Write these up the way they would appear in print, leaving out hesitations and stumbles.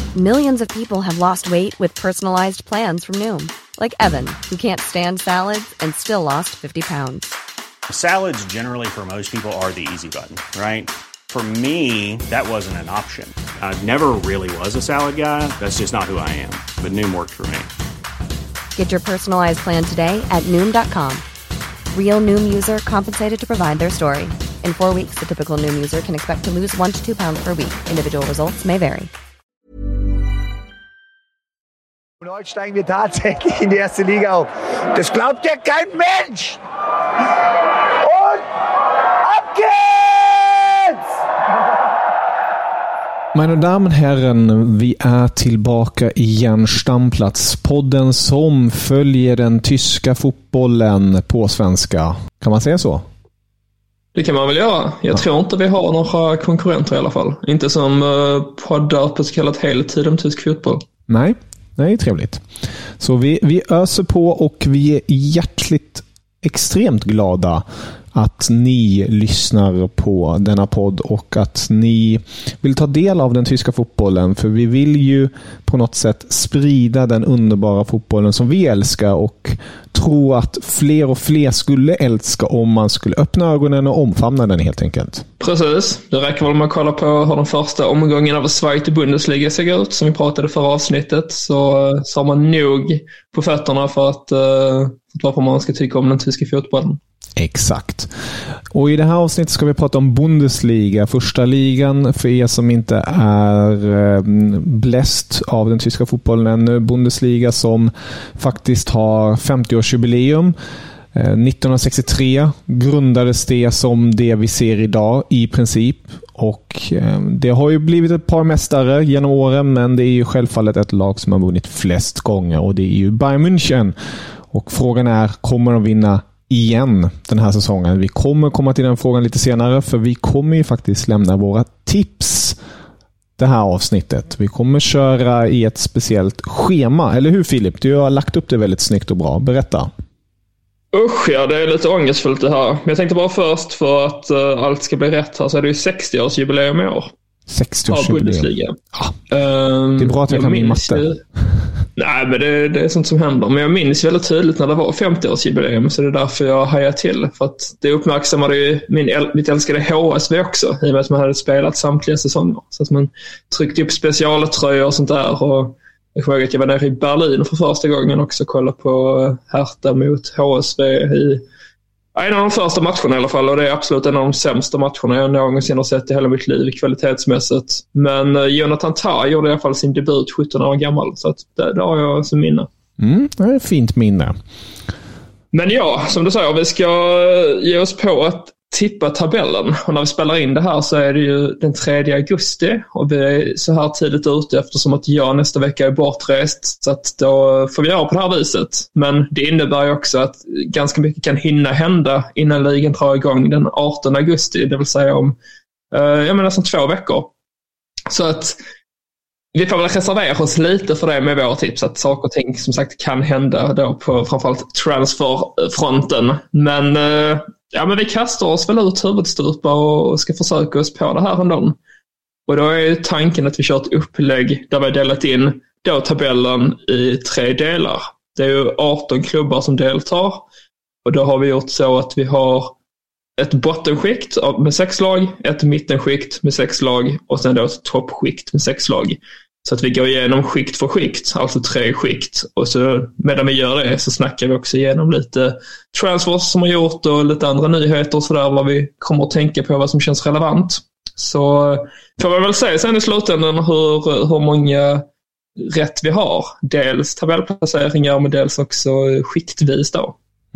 Millions of people have lost weight with personalized plans from Noom. Like Evan, who can't stand salads and still lost 50 pounds. Salads generally for most people are the easy button, right? For me, that wasn't an option. I never really was a salad guy. That's just not who I am. But Noom worked for me. Get your personalized plan today at Noom.com. Real Noom user compensated to provide their story. In 4 weeks, the typical Noom user can expect to lose 1 to 2 pounds per week. Individual results may vary. Und heute steigen wir tatsächlich in die erste Liga auf. Das glaubt ja kein Mensch! Und ab geht's! Mina damer och herren, vi är tillbaka igen. Stamplats, podden som följer den tyska fotbollen på svenska. Kan man säga så? Det kan man väl göra. Jag tror inte vi har några konkurrenter i alla fall. Inte som poddar på så kallat heltid om tysk fotboll. Nej, trevligt. Så vi öser på och vi är hjärtligt extremt glada att ni lyssnar på denna podd och att ni vill ta del av den tyska fotbollen, för vi vill ju på något sätt sprida den underbara fotbollen som vi älskar och tro att fler och fler skulle älska om man skulle öppna ögonen och omfamna den helt enkelt. Precis, det räcker väl med att kolla på hur den första omgången av Zweite Bundesliga ser ut som vi pratade förra avsnittet, så har man nog på fötterna för att varför man ska tycka om den tyska fotbollen. Exakt. Och i det här avsnittet ska vi prata om Bundesliga, första ligan, för er som inte är bläst av den tyska fotbollen ännu. Bundesliga som faktiskt har 50-årsjubileum. 1963 grundades det som det vi ser idag i princip, och det har ju blivit ett par mästare genom åren, men det är ju självfallet ett lag som har vunnit flest gånger, och det är ju Bayern München. Och frågan är, kommer de vinna igen den här säsongen? Vi kommer komma till den frågan lite senare, för vi kommer ju faktiskt lämna våra tips det här avsnittet. Vi kommer köra i ett speciellt schema, eller hur Filip? Du har lagt upp det väldigt snyggt och bra. Berätta. Usch, ja, det är lite ångestfullt det här. Men jag tänkte bara först, för att allt ska bli rätt här, så är det ju 60-årsjubileum i år. 60-årsjubileum. Ja. Det är bra att jag kan min matte. Nej, men det är sånt som händer. Men jag minns väldigt tydligt när det var 50-årsjubileum, så det är därför jag hajar till. För att det uppmärksammade ju mitt älskade HSV också, i och med att man hade spelat samtliga säsonger. Så att man tryckte upp specialtröjor och sånt där. Och jag kommer ihåg att jag var nere i Berlin för första gången också och kollade på Hertha mot HSV i en av de första matcherna i alla fall, och det är absolut en av de sämsta matcherna jag någonsin har sett i hela mitt liv kvalitetsmässigt. Men Jonathan Tah gjorde i alla fall sin debut 17 år gammal, så att det har jag som minne. Det är ett fint minne. Men ja, som du säger, vi ska ge oss på att tippa tabellen, och när vi spelar in det här så är det ju den 3 augusti, och vi är så här tidigt ute eftersom att jag nästa vecka är bortrest, så att då får vi göra på det här viset. Men det innebär ju också att ganska mycket kan hinna hända innan ligan drar igång den 18 augusti, det vill säga om nästan 2 veckor. Så att vi får väl reservera oss lite för det med våra tips, att saker och ting som sagt kan hända då på framförallt transferfronten. Men vi kastar oss väl ut huvudstupa och ska försöka oss på det här ändå. Och då är tanken att vi kör ett upplägg där vi har delat in då tabellen i 3 delar. Det är ju 18 klubbar som deltar, och då har vi gjort så att vi har ett bottenskikt med 6 lag, ett mittenskikt med 6 lag och sen då ett toppskikt med 6 lag. Så att vi går igenom skikt för skikt, alltså 3 skikt. Och så medan vi gör det så snackar vi också igenom lite transfers som har gjort och lite andra nyheter och sådär, vad vi kommer att tänka på, vad som känns relevant. Så får man väl säga sen i slutändan hur många rätt vi har. Dels tabellplaceringar, men dels också skiktvis då.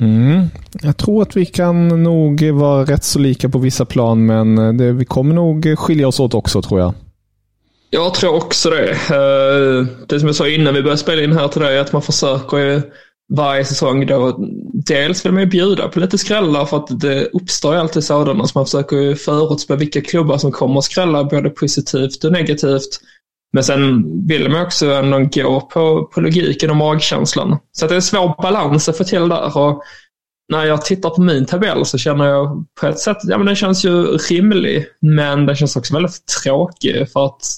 Jag tror att vi kan nog vara rätt så lika på vissa plan, men vi kommer nog skilja oss åt också, tror jag. Jag tror också det. Det som jag sa innan vi började spela in här till dig, att man försöker varje säsong då, dels vill man bjuda på lite skrällar, för att det uppstår alltid sådana, så man försöker förutspå vilka klubbar som kommer att skrälla både positivt och negativt. Men sen vill man också ändå gå på logiken och magkänslan. Så att det är en svår balans att få till där. Och när jag tittar på min tabell så känner jag på ett sätt, men den känns ju rimlig, men den känns också väldigt tråkig, för att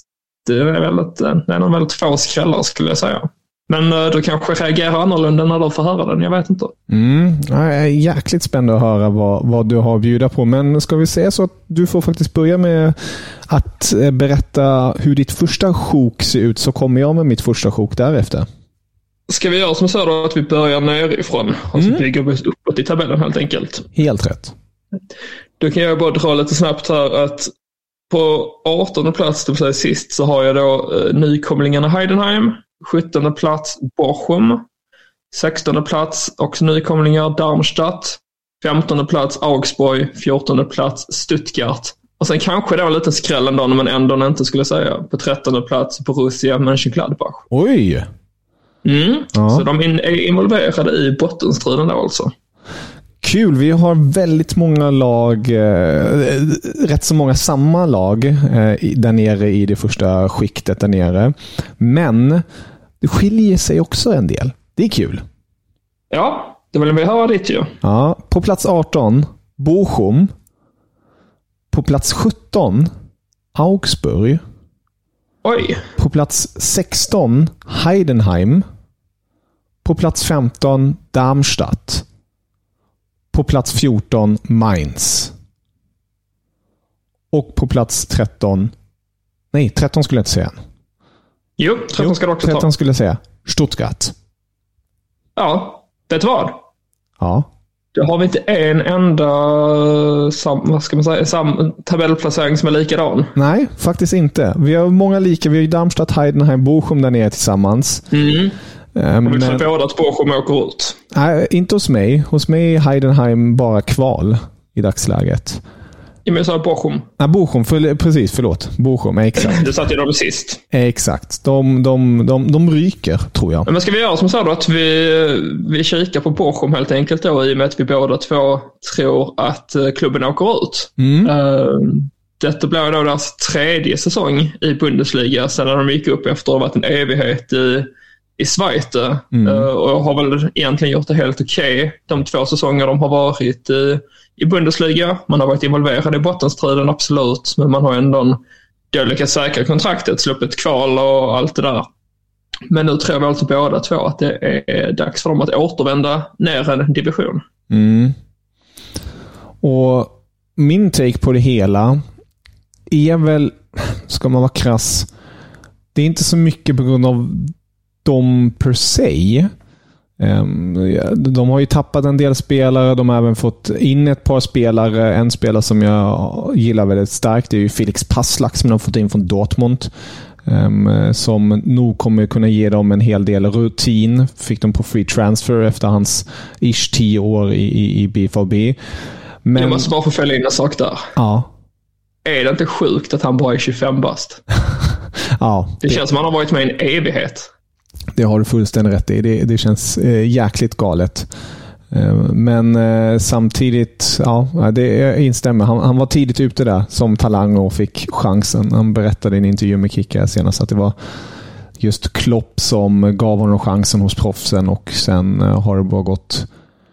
det är nog väldigt få skrällar skulle jag säga. Men du kanske reagerar annorlunda när du får höra den, jag vet inte. Jag är jäkligt spänd att höra vad du har att bjuda på. Men ska vi säga så att du får faktiskt börja med att berätta hur ditt första sjok ser ut, så kommer jag med mitt första sjok därefter. Ska vi göra som så då att vi börjar nerifrån och så bygger vi uppåt i tabellen helt enkelt? Helt rätt. Då kan jag bara dra lite snabbt här att på 18:e plats, det vill säga sist, så har jag då nykomlingarna Heidenheim. 17:e plats Bochum. 16:e plats också nykomlingar Darmstadt. 15:e plats Augsburg. 14:e plats Stuttgart. Och sen kanske det var lite skräll ändå, men ändå inte skulle säga. På 13:e plats Borussia Mönchengladbach. Oj! Ja. Så de är involverade i bottenstriden då alltså. Kul, vi har väldigt många lag, rätt så många samma lag där nere i det första skiktet där nere. Men det skiljer sig också en del. Det är kul. Ja, det vill vi höra ditt ju. Ja, på plats 18 Bochum. På plats 17 Augsburg. Oj. På plats 16 Heidenheim. På plats 15 Darmstadt. På plats 14 Mainz. Och på plats 13... Nej, 13 skulle jag inte säga. Jo, 13 ska du också 13 ta. skulle jag säga. Stuttgart. Ja, vet du vad? Ja. Då har vi inte en enda tabellplacering som är likadan. Nej, faktiskt inte. Vi har många lika. Vi har Darmstadt, Heidenheim, Bochum där nere tillsammans. Och vi tror båda att Bochum åker ut. Nej, inte hos mig. Hos mig är Heidenheim bara kval i dagsläget. Ja, men jag sa Bochum. Nej, Bochum. Förlåt. Bochum, exakt. Du satt ju dem sist. Exakt. De ryker, tror jag. Men ska vi göra som så då att vi kikar på Bochum helt enkelt då, i och med att vi båda två tror att klubben åker ut. Detta blir då deras 3:e säsong i Bundesliga sedan de gick upp efter att ha varit en evighet i Schweiz. Och har väl egentligen gjort det helt okej. De 2 säsonger de har varit i Bundesliga. Man har varit involverad i bottenstriden, absolut. Men man har ändå lyckats säkra kontraktet, sluppit kval och allt det där. Men nu tror vi alltså båda två att det är dags för dem att återvända ner en division. Och min take på det hela är väl, ska man vara krass, det är inte så mycket på grund av dem per se. De har ju tappat en del spelare. De har även fått in ett par spelare. En spelare som jag gillar väldigt starkt är ju Felix Passlack som de har fått in från Dortmund. Som nog kommer kunna ge dem en hel del rutin. Fick de på free transfer efter hans 10 år i BVB. Men jag måste bara få fälla in en sak där. Ja. Är det inte sjukt att han bara är 25 bast? Ja. Det känns som han har varit med i en evighet. Det har du fullständigt rätt i. Det känns jäkligt galet. Men samtidigt, ja, jag instämmer. Han var tidigt ute där som talang och fick chansen. Han berättade i en intervju med Kicka senast att det var just Klopp som gav honom chansen hos proffsen, och sen har det bara gått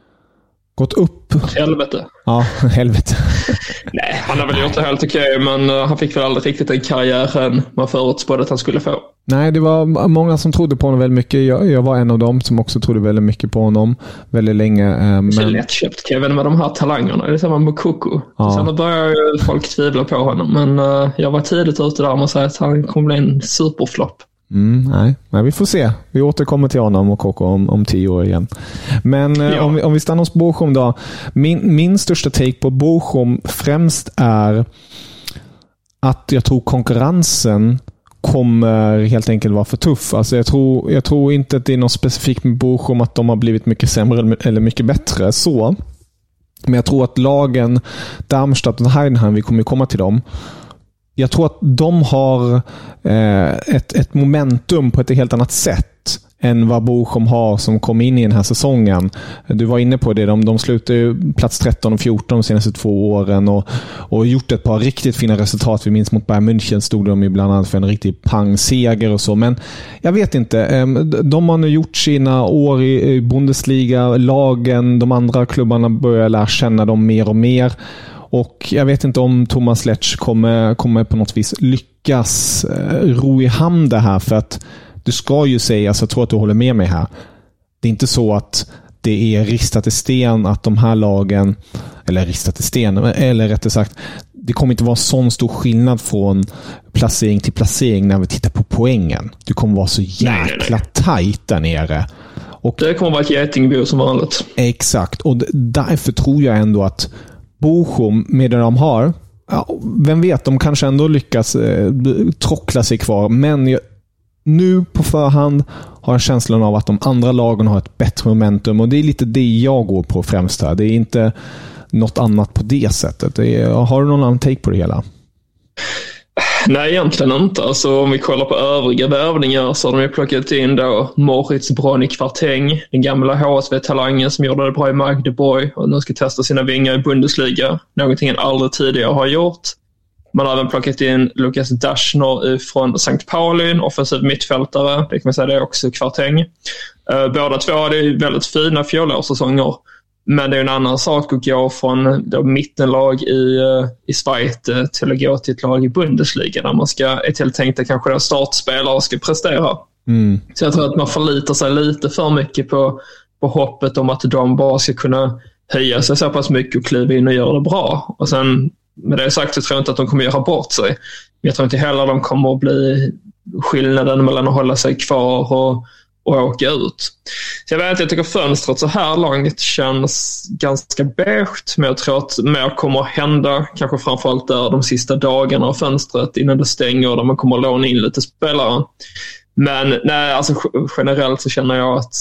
upp. Helvete. Ja, helvete. Nej, han har väl gjort det helt okej, men han fick väl aldrig riktigt den karriären man förutspådde att han skulle få. Nej, det var många som trodde på honom väldigt mycket. Jag var en av dem som också trodde väldigt mycket på honom väldigt länge. Men det är lättköpt Kevin med de här talangerna. Det är samma med Koko. Ja. Sen börjar folk tvivla på honom, men jag var tidigt ute där och säga att han kommer bli en superflopp. Nej, vi får se. Vi återkommer till honom och Koko om 10 år igen. Men om vi stannar hos Bochum då. Min största take på Bochum främst är att jag tror konkurrensen kommer helt enkelt vara för tuff. Alltså jag tror inte att det är något specifikt med Bochum att de har blivit mycket sämre eller mycket bättre så. Men jag tror att lagen Darmstadt och Heidenheim, vi kommer komma till dem. Jag tror att de har ett momentum på ett helt annat sätt än vad Bochum har som kom in i den här säsongen. Du var inne på det. De slutade ju plats 13 och 14 de senaste 2 åren och gjort ett par riktigt fina resultat. Vi minns mot Bayern München stod de ibland annat för en riktig pangseger och så. Men jag vet inte. De har nu gjort sina år i Bundesliga. Lagen, de andra klubbarna börjar lära känna dem mer och mer. Och jag vet inte om Thomas Letsch kommer på något vis lyckas lyckas ro i hamn det här, för att du ska ju säga, alltså jag tror att du håller med mig här, det är inte så att det är ristat i sten att de här lagen, eller ristat i sten, eller rättare sagt, det kommer inte vara sån stor skillnad från placering till placering när vi tittar på poängen. Det kommer vara så jäkla tajt där nere. Och det kommer vara ett getingbo som vanligt. Exakt, och därför tror jag ändå att Bochum, med det de har, ja, vem vet, de kanske ändå lyckas trockla sig kvar, men nu på förhand har jag känslan av att de andra lagen har ett bättre momentum, och det är lite det jag går på främst här. Det är inte något annat på det sättet. Har du någon annan take på det hela? Nej, egentligen inte. Alltså, om vi kollar på övriga värvningar så har de ju plockat in då Moritz Brony-Kvarteng, den gamla HSV-talangen som gjorde det bra i Magdeburg och nu ska testa sina vingar i Bundesliga. Någonting han aldrig tidigare har gjort. Man har även plockat in Lukas Daschner från St. Pauli, offensiv mittfältare. Det kan man säga, det är också Kvarteng. Båda två hade ju väldigt fina fjolårssäsonger. Men det är en annan sak att gå från då mittenlag i Schweiz till att gå till ett lag i Bundesliga där man är tilltänkt kanske då startspelare ska prestera. Så jag tror att man förlitar sig lite för mycket på hoppet om att de bara ska kunna höja sig så pass mycket och kliva in och göra det bra. Och sen med det sagt så tror jag inte att de kommer göra bort sig. Men jag tror inte heller att de kommer att bli skillnaden mellan att hålla sig kvar och åka ut. Så jag tycker fönstret så här långt känns ganska beige, men jag tror att mer kommer att hända, kanske framförallt där de sista dagarna av fönstret innan det stänger, där man kommer att låna in lite spelare. Men nej, alltså generellt så känner jag att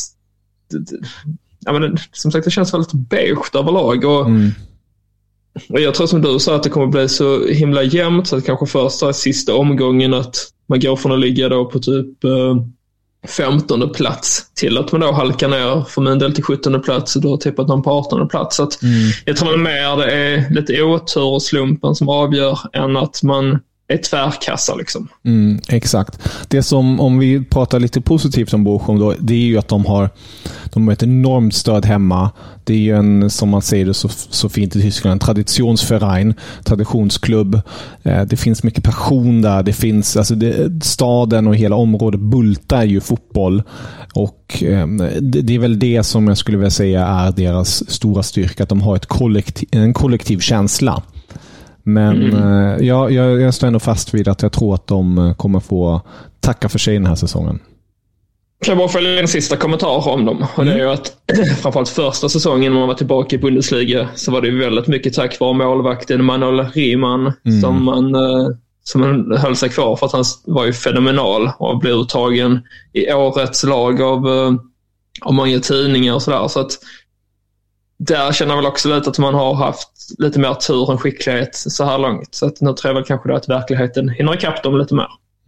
som sagt, det känns väldigt beige överlag, och jag tror som du sa att det kommer att bli så himla jämnt, så att kanske första sista omgången att man går från att ligga då på typ 15:e plats till att man då halkar ner för min del till 17:e plats och då tippat någon på 18:e plats. Så att jag tror mer det är lite otur och slumpen som avgör än att man är tvärkassa liksom. Exakt. Det som, om vi pratar lite positivt om Bochum då, det är ju att de har ett enormt stöd hemma. Det är ju en, som man säger det så fint i Tyskland, en traditionsverein, traditionsklubb. Det finns mycket passion där. Det finns, alltså staden och hela området bultar ju fotboll, och det är väl det som jag skulle vilja säga är deras stora styrka, att de har en kollektiv känsla. Men jag står ändå fast vid att jag tror att de kommer få tacka för sig den här säsongen. Jag bara följa en sista kommentar om dem. Och det är ju att framförallt första säsongen när man var tillbaka i Bundesliga så var det ju väldigt mycket tack vare målvakten Manuel Riemann som man höll sig kvar för att han var ju fenomenal och blev uttagen i årets lag av många tidningar och sådär. Så att där känner jag väl också lite att man har haft lite mer tur än skicklighet så här långt. Så att nu tror jag väl kanske att verkligheten hinner ikapp dem lite mer.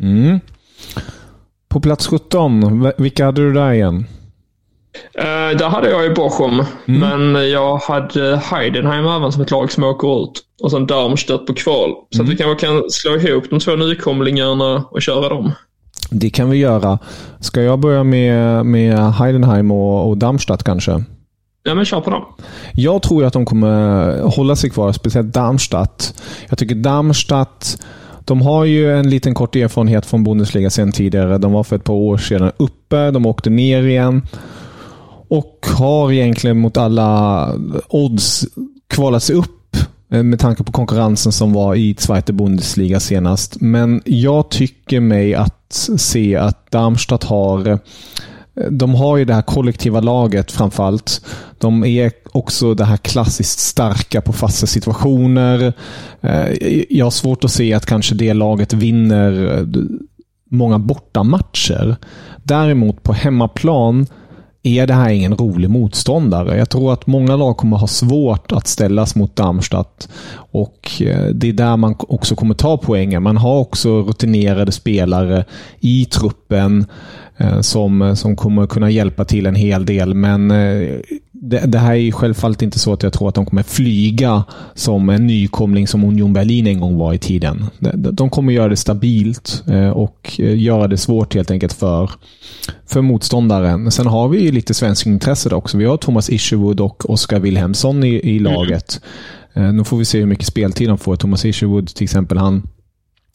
På plats 17, vilka hade du där igen? Där hade jag ju Bochum, men jag hade Heidenheim även som ett lag som åker ut. Och sen Darmstadt på kval. Så att vi kan slå ihop de två nykomlingarna och köra dem. Det kan vi göra. Ska jag börja med Heidenheim och Darmstadt kanske? Ja, men kör på dem. Jag tror att de kommer hålla sig kvar, speciellt Darmstadt. Jag tycker Darmstadt, de har ju en liten kort erfarenhet från Bundesliga sen tidigare. De var för ett par år sedan uppe, de åkte ner igen och har egentligen mot alla odds kvalat sig upp med tanke på konkurrensen som var i Zweite Bundesliga senast. Men jag tycker mig att se att Darmstadt de har ju det här kollektiva laget framförallt. De är också det här klassiskt starka på fasta situationer. Jag har svårt att se att kanske det laget vinner många bortamatcher. Däremot på hemmaplan är det här ingen rolig motståndare. Jag tror att många lag kommer ha svårt att ställas mot Darmstadt, och det är där man också kommer ta poängen. Man har också rutinerade spelare i truppen som kommer kunna hjälpa till en hel del, men det här är ju självfallet inte så att jag tror att de kommer flyga som en nykomling som Union Berlin en gång var i tiden. De kommer göra det stabilt och göra det svårt helt enkelt för motståndaren. Sen har vi ju lite svensk intresse också. Vi har Thomas Isherwood och Oskar Wilhelmsson i laget. Nu får vi se hur mycket speltid de får. Thomas Isherwood till exempel, han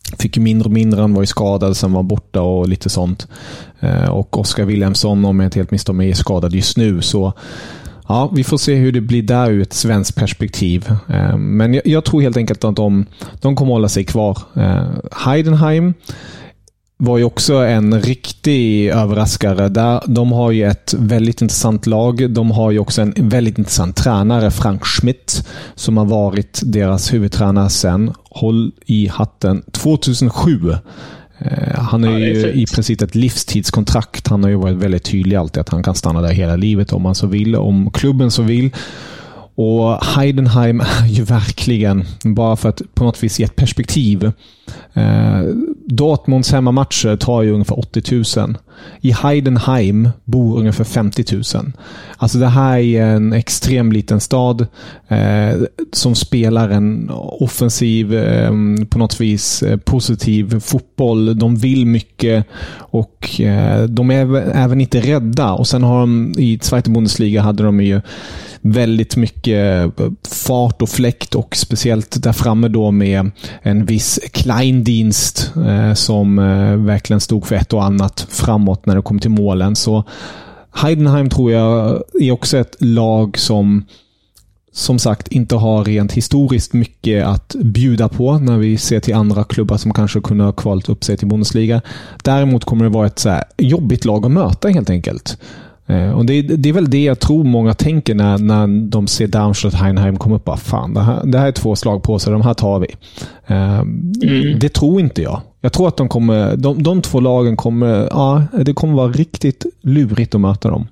fick ju mindre och mindre, han var ju skadad, sen var borta och lite sånt. Och Oskar Wilhelmsson, om jag inte helt misstar mig, är skadad just nu. Så ja, vi får se hur det blir där ur ett svenskt perspektiv. Men jag tror helt enkelt att de kommer hålla sig kvar. Heidenheim var ju också en riktig överraskare. De har ju ett väldigt intressant lag. De har ju också en väldigt intressant tränare, Frank Schmidt, som har varit deras huvudtränare sedan, håll i hatten, 2007. Han är ju i princip ett livstidskontrakt. Han har ju varit väldigt tydlig alltid att han kan stanna där hela livet om han så vill, om klubben så vill. Och Heidenheim är ju verkligen, bara för att på något vis ge ett perspektiv. Dortmunds hemmamatcher tar ju ungefär 80 000. I Heidenheim bor ungefär 50 000. Alltså det här är en extrem liten stad som spelar en offensiv, på något vis positiv fotboll. De vill mycket och de är även inte rädda. Och sen har de i Zweite Bundesliga hade de ju väldigt mycket fart och fläkt, och speciellt där framme då med en viss Kleindienst som verkligen stod för ett och annat framåt när det kom till målen. Så Heidenheim tror jag är också ett lag som sagt inte har rent historiskt mycket att bjuda på när vi ser till andra klubbar som kanske kunde ha kvalt upp sig till Bundesliga. Däremot kommer det vara ett så här jobbigt lag att möta helt enkelt. Och det är väl det jag tror många tänker när de ser Darmstadt Heidenheim komma upp. Fan, det här är 2 slag på sig, de här tar vi. Det tror inte jag. Jag tror att de 2 lagen kommer, det kommer vara riktigt lurigt att möta dem.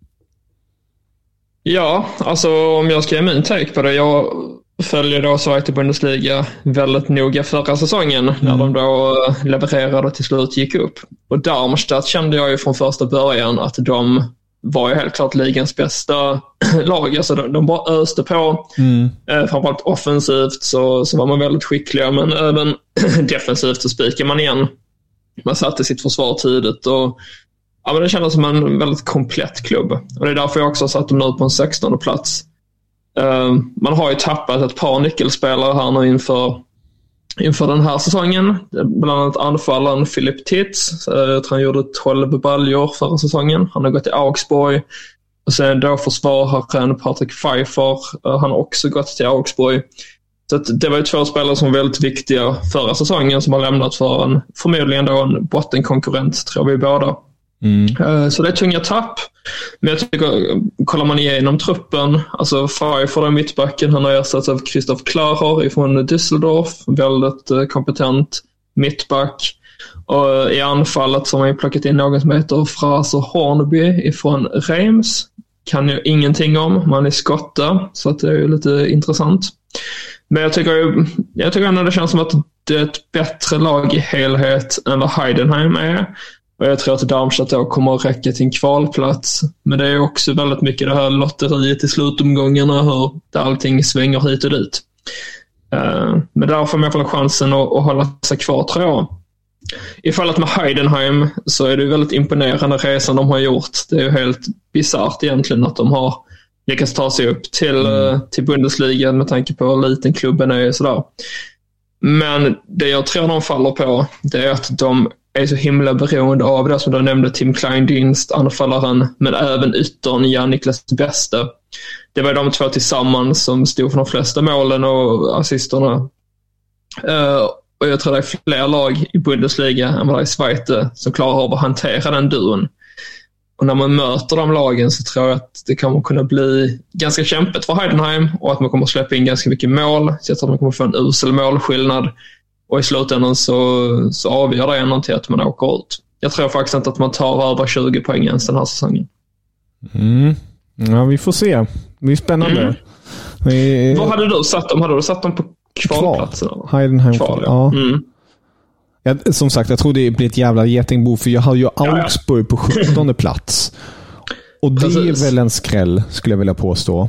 Ja, alltså om jag ska ge min take på det. Jag följer då Zweite Bundesliga väldigt noga förra säsongen när de då levererade och till slut gick upp. Och Darmstadt kände jag ju från första början att de var ju helt klart ligans bästa lag. Alltså de bara öste på. Framförallt offensivt så var man väldigt skickliga, men även defensivt så spikade man igen. Man satte sitt försvar tidigt och ja, men det kändes som en väldigt komplett klubb. Och det är därför jag också satt dem nu på en 16:e plats. Man har ju tappat ett par nyckelspelare här nu inför den här säsongen. Bland annat anfallaren Philipp Titz. Jag tror han gjorde 12 baljor förra säsongen. Han har gått till Augsburg. Och sen då försvararen Patrick Pfeiffer. Han har också gått till Augsburg. Så att det var ju 2 spelare som var väldigt viktiga förra säsongen som har lämnat för förmodligen då en bottenkonkurrent, tror vi båda. Så det är tunga tapp. Men jag tycker, kollar man igenom truppen, alltså Pfeiffer i mittbacken, han har ersatts av Christoph Klarer från Düsseldorf, väldigt kompetent mittback. Och i anfallet så har man plockat in någon som heter Fraser Hornby från Reims. Kan ju ingenting om, man är skotta, så att det är ju lite intressant. Men jag tycker ändå det känns som att det är ett bättre lag i helhet än vad Heidenheim är. Och jag tror att Darmstadt då kommer att räcka till en kvalplats. Men det är också väldigt mycket det här lotteriet i slutomgångarna, hur allting svänger hit och dit. Men där får man i alla fall chansen att hålla sig kvar, tror jag. I fallet med Heidenheim så är det väldigt imponerande resan de har gjort. Det är ju helt bizarrt egentligen att de har lyckats ta sig upp till Bundesliga med tanke på hur liten klubben är och sådär. Men det jag tror de faller på, det är att de är så himla beroende av det som du nämnde, Tim Kleindienst, anfallaren, men även yttern Jan-Niklas Beste. Det var de 2 tillsammans som stod för de flesta målen och assisterna. Och jag tror det är fler lag i Bundesliga än vad det är i Zweite som klarar av att hantera den duon. Och när man möter de lagen så tror jag att det kommer kunna bli ganska kämpigt för Heidenheim och att man kommer släppa in ganska mycket mål. Så jag tror att man kommer få en usel målskillnad. Och i slutändan så avgör det ändå till att man åker ut. Jag tror faktiskt inte att man tar över 20 poäng ens den här säsongen. Ja, vi får se. Det är spännande. Vad hade du satt dem? Hade du satt dem på kvalplatsen? Heidenheim kval, ja. Som sagt, jag tror det blir ett jävla getingbo, för jag har ju Augsburg på 17:e plats. Och det är väl en skräll, skulle jag vilja påstå.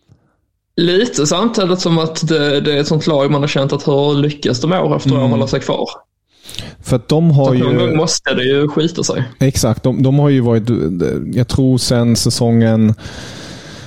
Lite samtidigt som att det är ett sånt lag man har känt att hur lyckas de år efter att hålla sig kvar. För att de har ju... Någon gång måste det ju skita sig. Exakt, de har ju varit, jag tror sen säsongen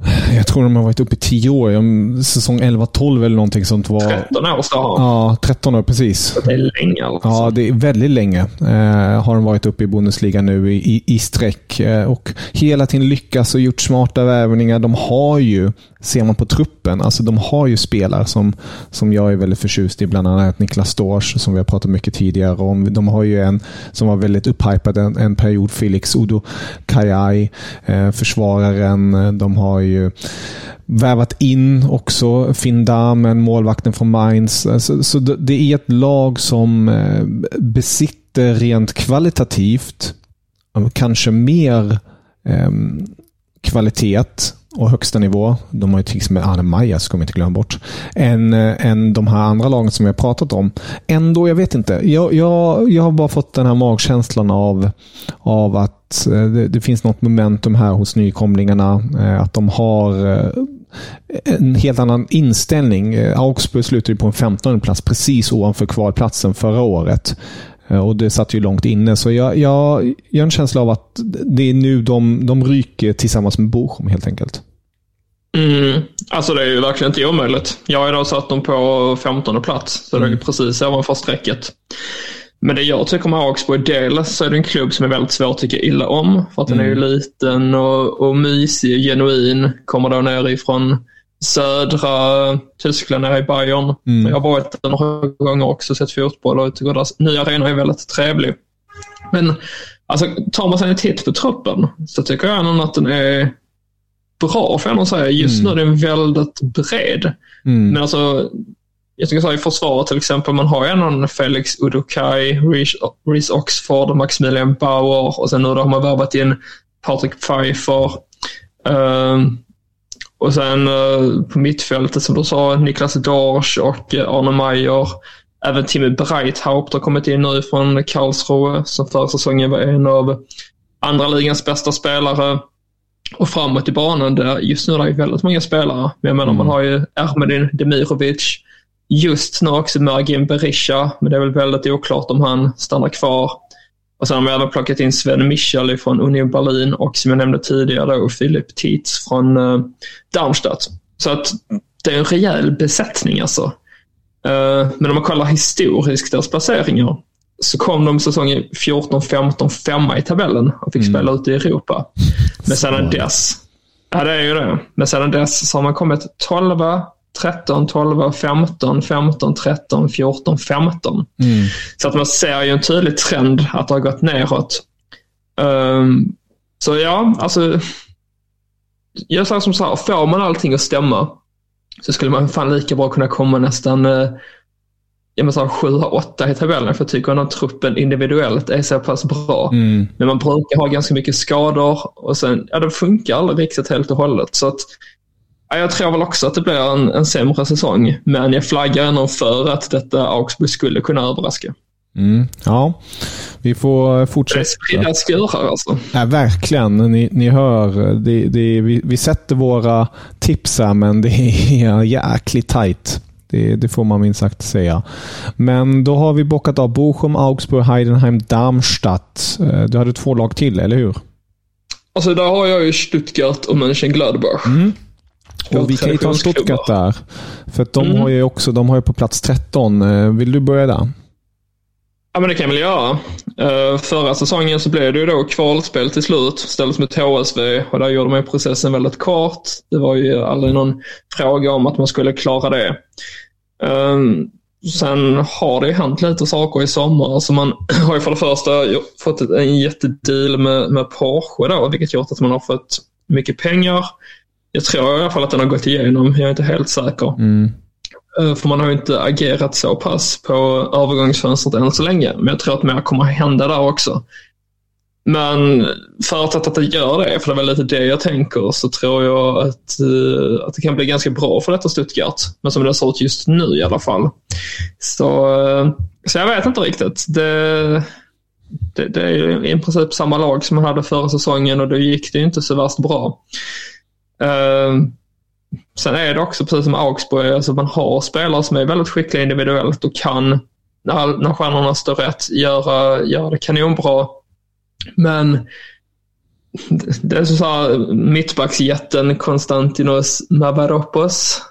Jag tror de har varit uppe i 10 år. Säsong 11-12 eller någonting sånt var... 13 år så har. Ja, 13 år precis. Det är länge alltså. Ja, det är väldigt länge. Har de varit uppe i Bundesliga nu i sträck. Och hela tiden lyckas och gjort smarta värvningar. De har ju, ser man på truppen, alltså de har ju spelare som jag är väldigt förtjust i. Bland annat Niklas Storch som vi har pratat mycket tidigare om. De har ju en som var väldigt upphypad en period, Felix Udo Kajai, försvararen. De har ju värvat in också Finn Dahmen, målvakten från Mainz. Så det är ett lag som besitter rent kvalitativt kanske mer kvalitet och högsta nivå. De har ju till exempel Arne Maja, ska man inte glömma bort, än de här andra lagen som jag pratat om. Ändå, jag vet inte. Jag har bara fått den här magkänslan av att det finns något momentum här hos nykomlingarna, att de har en helt annan inställning. Augsburg slutade på en 15:e plats precis ovanför kvalplatsen förra året. Och det satt ju långt inne. Så jag har en känsla av att det är nu de ryker tillsammans med Bochum helt enkelt. Alltså det är ju verkligen inte omöjligt. Jag har idag satt dem på 15:e plats. Så det är precis ovanför strecket. Men det jag tycker om Augsburg dels så är det en klubb som är väldigt svår att tycka illa om. För att den är ju liten och mysig och genuin. Kommer då ner ifrån södra Tyskland, nere i Bayern. Jag har varit där några gånger också, sett fotboll och tycker deras nya arena är väldigt trevlig. Men alltså, tar man sig en titt på truppen så tycker jag nog att den är bra, för jag säga. Just nu är den väldigt bred. Men alltså, jag tycker så i försvaret till exempel, man har ju någon Felix Udokai, Reece Oxford, Maximilian Bauer, och sen nu har man värvat in Patrick Pfeiffer. Och sen på mittfältet som du sa, Niklas Dorsch och Arne Meyer. Även Timmy Breithaupt har kommit in nu från Karlsruhe, som förra säsongen var en av andra ligans bästa spelare. Och framåt i banan där just nu är det väldigt många spelare. Men jag menar, man har ju Ermedin Demirovic, just nu också Mergin Berisha, men det är väl väldigt oklart om han stannar kvar. Och sen har vi även plockat in Sven Michel från Union Berlin och som jag nämnde tidigare då Philipp Tietz från Darmstadt. Så att det är en rejäl besättning alltså. Men om man kollar historiskt deras placeringar så kom de säsongen 14-15 femma i tabellen och fick spela ute i Europa. Men sedan dess, ja det är ju det. Men sedan dess så har man kommit 12, 13, 12, 15, 15, 13, 14, 15. Så att man ser ju en tydlig trend att det har gått neråt. Så ja, alltså jag säger som så här, får man allting att stämma så skulle man fan lika bra kunna komma nästan 7-8 i tabellen, för jag tycker att truppen individuellt är så pass bra. Men man brukar ha ganska mycket skador och sen, ja, det funkar aldrig riktigt helt och hållet. Så att jag tror väl också att det blir en sämre säsong, men jag flaggar ändå för att detta Augsburg skulle kunna överraska. Ja, vi får fortsätta. Det är spridda skurar alltså. Ja, verkligen. Ni hör, vi sätter våra tips här, men det är jäkligt tajt. Det får man minst sagt säga. Men då har vi bockat av Bochum, Augsburg, Heidenheim, Darmstadt. Du hade 2 lag till, eller hur? Alltså där har jag ju Stuttgart och Mönchengladbach. Och vi kan ju ta Stuttgart där. För att de har ju också, de har ju på plats 13. Vill du börja där? Ja, men det kan jag väl göra. Förra säsongen så blev det ju då kvalspel till slut. Ställdes med HSV och där gjorde man processen väldigt kort. Det var ju aldrig någon fråga om att man skulle klara det. Sen har det hänt lite saker i sommar. Så man har ju för det första fått en jättedeal med Porsche då, vilket gjort att man har fått mycket pengar. Jag tror i alla fall att den har gått igenom. Jag är inte helt säker. För man har ju inte agerat så pass på övergångsfönstret än så länge. Men jag tror att mer kommer att hända där också. Men för att det gör det, för det är väl lite det jag tänker, så tror jag att det kan bli ganska bra för detta Stuttgart. Men som det ser ut just nu i alla fall. Så jag vet inte riktigt. Det är ju i princip samma lag som man hade förra säsongen och då gick det ju inte så värst bra. Sen är det också precis som Augsburg, alltså man har spelare som är väldigt skickliga individuellt och kan, när stjärnorna står rätt, göra det kanonbra. Men Det är så här mittbacksjätten Konstantinos Mavropoulos.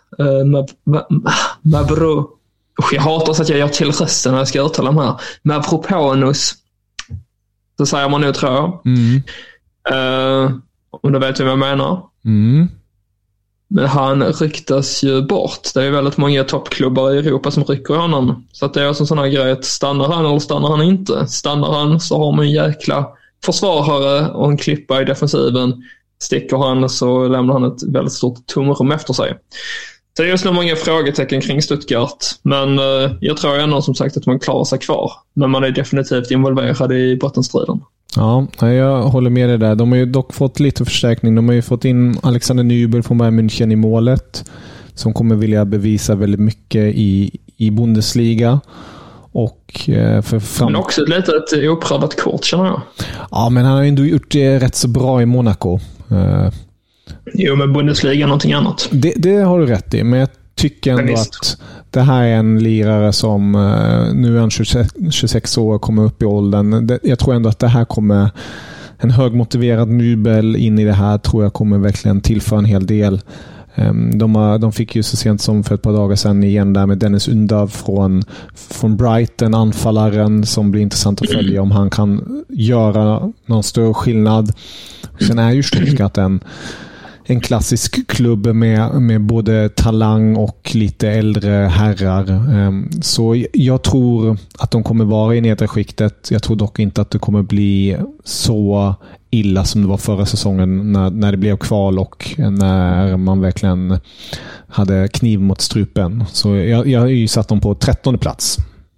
Jag hatar så att jag gör till rösten när jag ska uttala de här. Mavropanos. Så säger man nu, tror jag. Om du vet vad jag menar. Men han ryktas ju bort. Det är ju väldigt många toppklubbar i Europa som rycker honom. Så att det är en sån här grej att stannar han eller stannar han inte. Stannar han så har man en jäkla försvarare och en klippa i defensiven. Sticker han så lämnar han ett väldigt stort tomrum efter sig. Så det är just nu många frågetecken kring Stuttgart. Men jag tror ändå som sagt att man klarar sig kvar. Men man är definitivt involverad i bottenstriden. Ja, jag håller med dig där. De har ju dock fått lite förstärkning. De har ju fått in Alexander Nübel från Bayern München i målet. Som kommer vilja bevisa väldigt mycket i Bundesliga. Och men också ett litet oprövat kort, känner jag. Ja, men han har ju ändå gjort det rätt så bra i Monaco. Jo, men Bundesliga är någonting annat. Det har du rätt i, men jag tycker ändå att det här är en lirare som nu är han 26 år, kommer upp i åldern. Jag tror ändå att det här kommer, en högmotiverad Nübel in i det här tror jag kommer verkligen tillföra en hel del. De fick ju så sent som för ett par dagar sedan igen där med Dennis Undav från Brighton, anfallaren, som blir intressant att följa om han kan göra någon större skillnad. Sen är ju Stuttgart en klassisk klubb med både talang och lite äldre herrar. Så jag tror att de kommer vara i nedre skiktet. Jag tror dock inte att det kommer bli så illa som det var förra säsongen när det blev kval och när man verkligen hade kniv mot strupen. Så jag har ju satt dem på 13:e plats.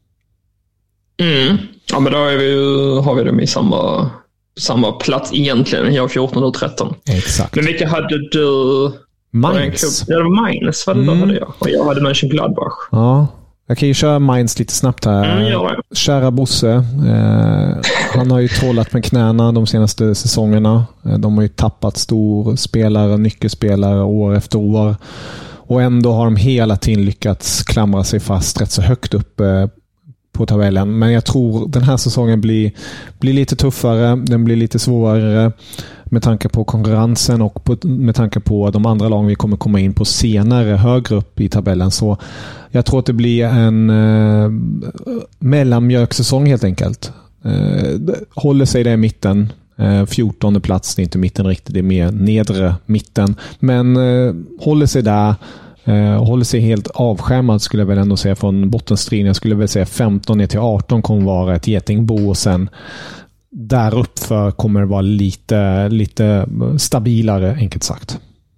Ja, men då har vi dem i samma plats egentligen. Jag har 14 och 13. Exakt. Men vilka hade du? Mainz. Ja, det var Mainz. Vad hade jag? Och jag hade Mönchengladbach. Ja, jag kan ju köra Mainz lite snabbt här. Kära Bosse. Han har ju tålat med knäna de senaste säsongerna. De har ju tappat stor spelare, nyckelspelare år efter år. Och ändå har de hela tiden lyckats klamra sig fast rätt så högt upp på tabellen. Men jag tror den här säsongen blir lite tuffare. Den blir lite svårare med tanke på konkurrensen och med tanke på de andra lagen vi kommer komma in på senare, högre upp i tabellen. Så jag tror att det blir en mellanmjölksäsong helt enkelt. Håller sig där i mitten. 14:e plats, det är inte mitten riktigt, det är mer nedre mitten. Men håller sig där. Håller sig helt avskärmad skulle jag väl ändå säga från bottenstriden. Jag skulle väl säga 15 ner till 18 kommer vara ett getingbo och sen där uppför kommer det vara lite stabilare, enkelt sagt.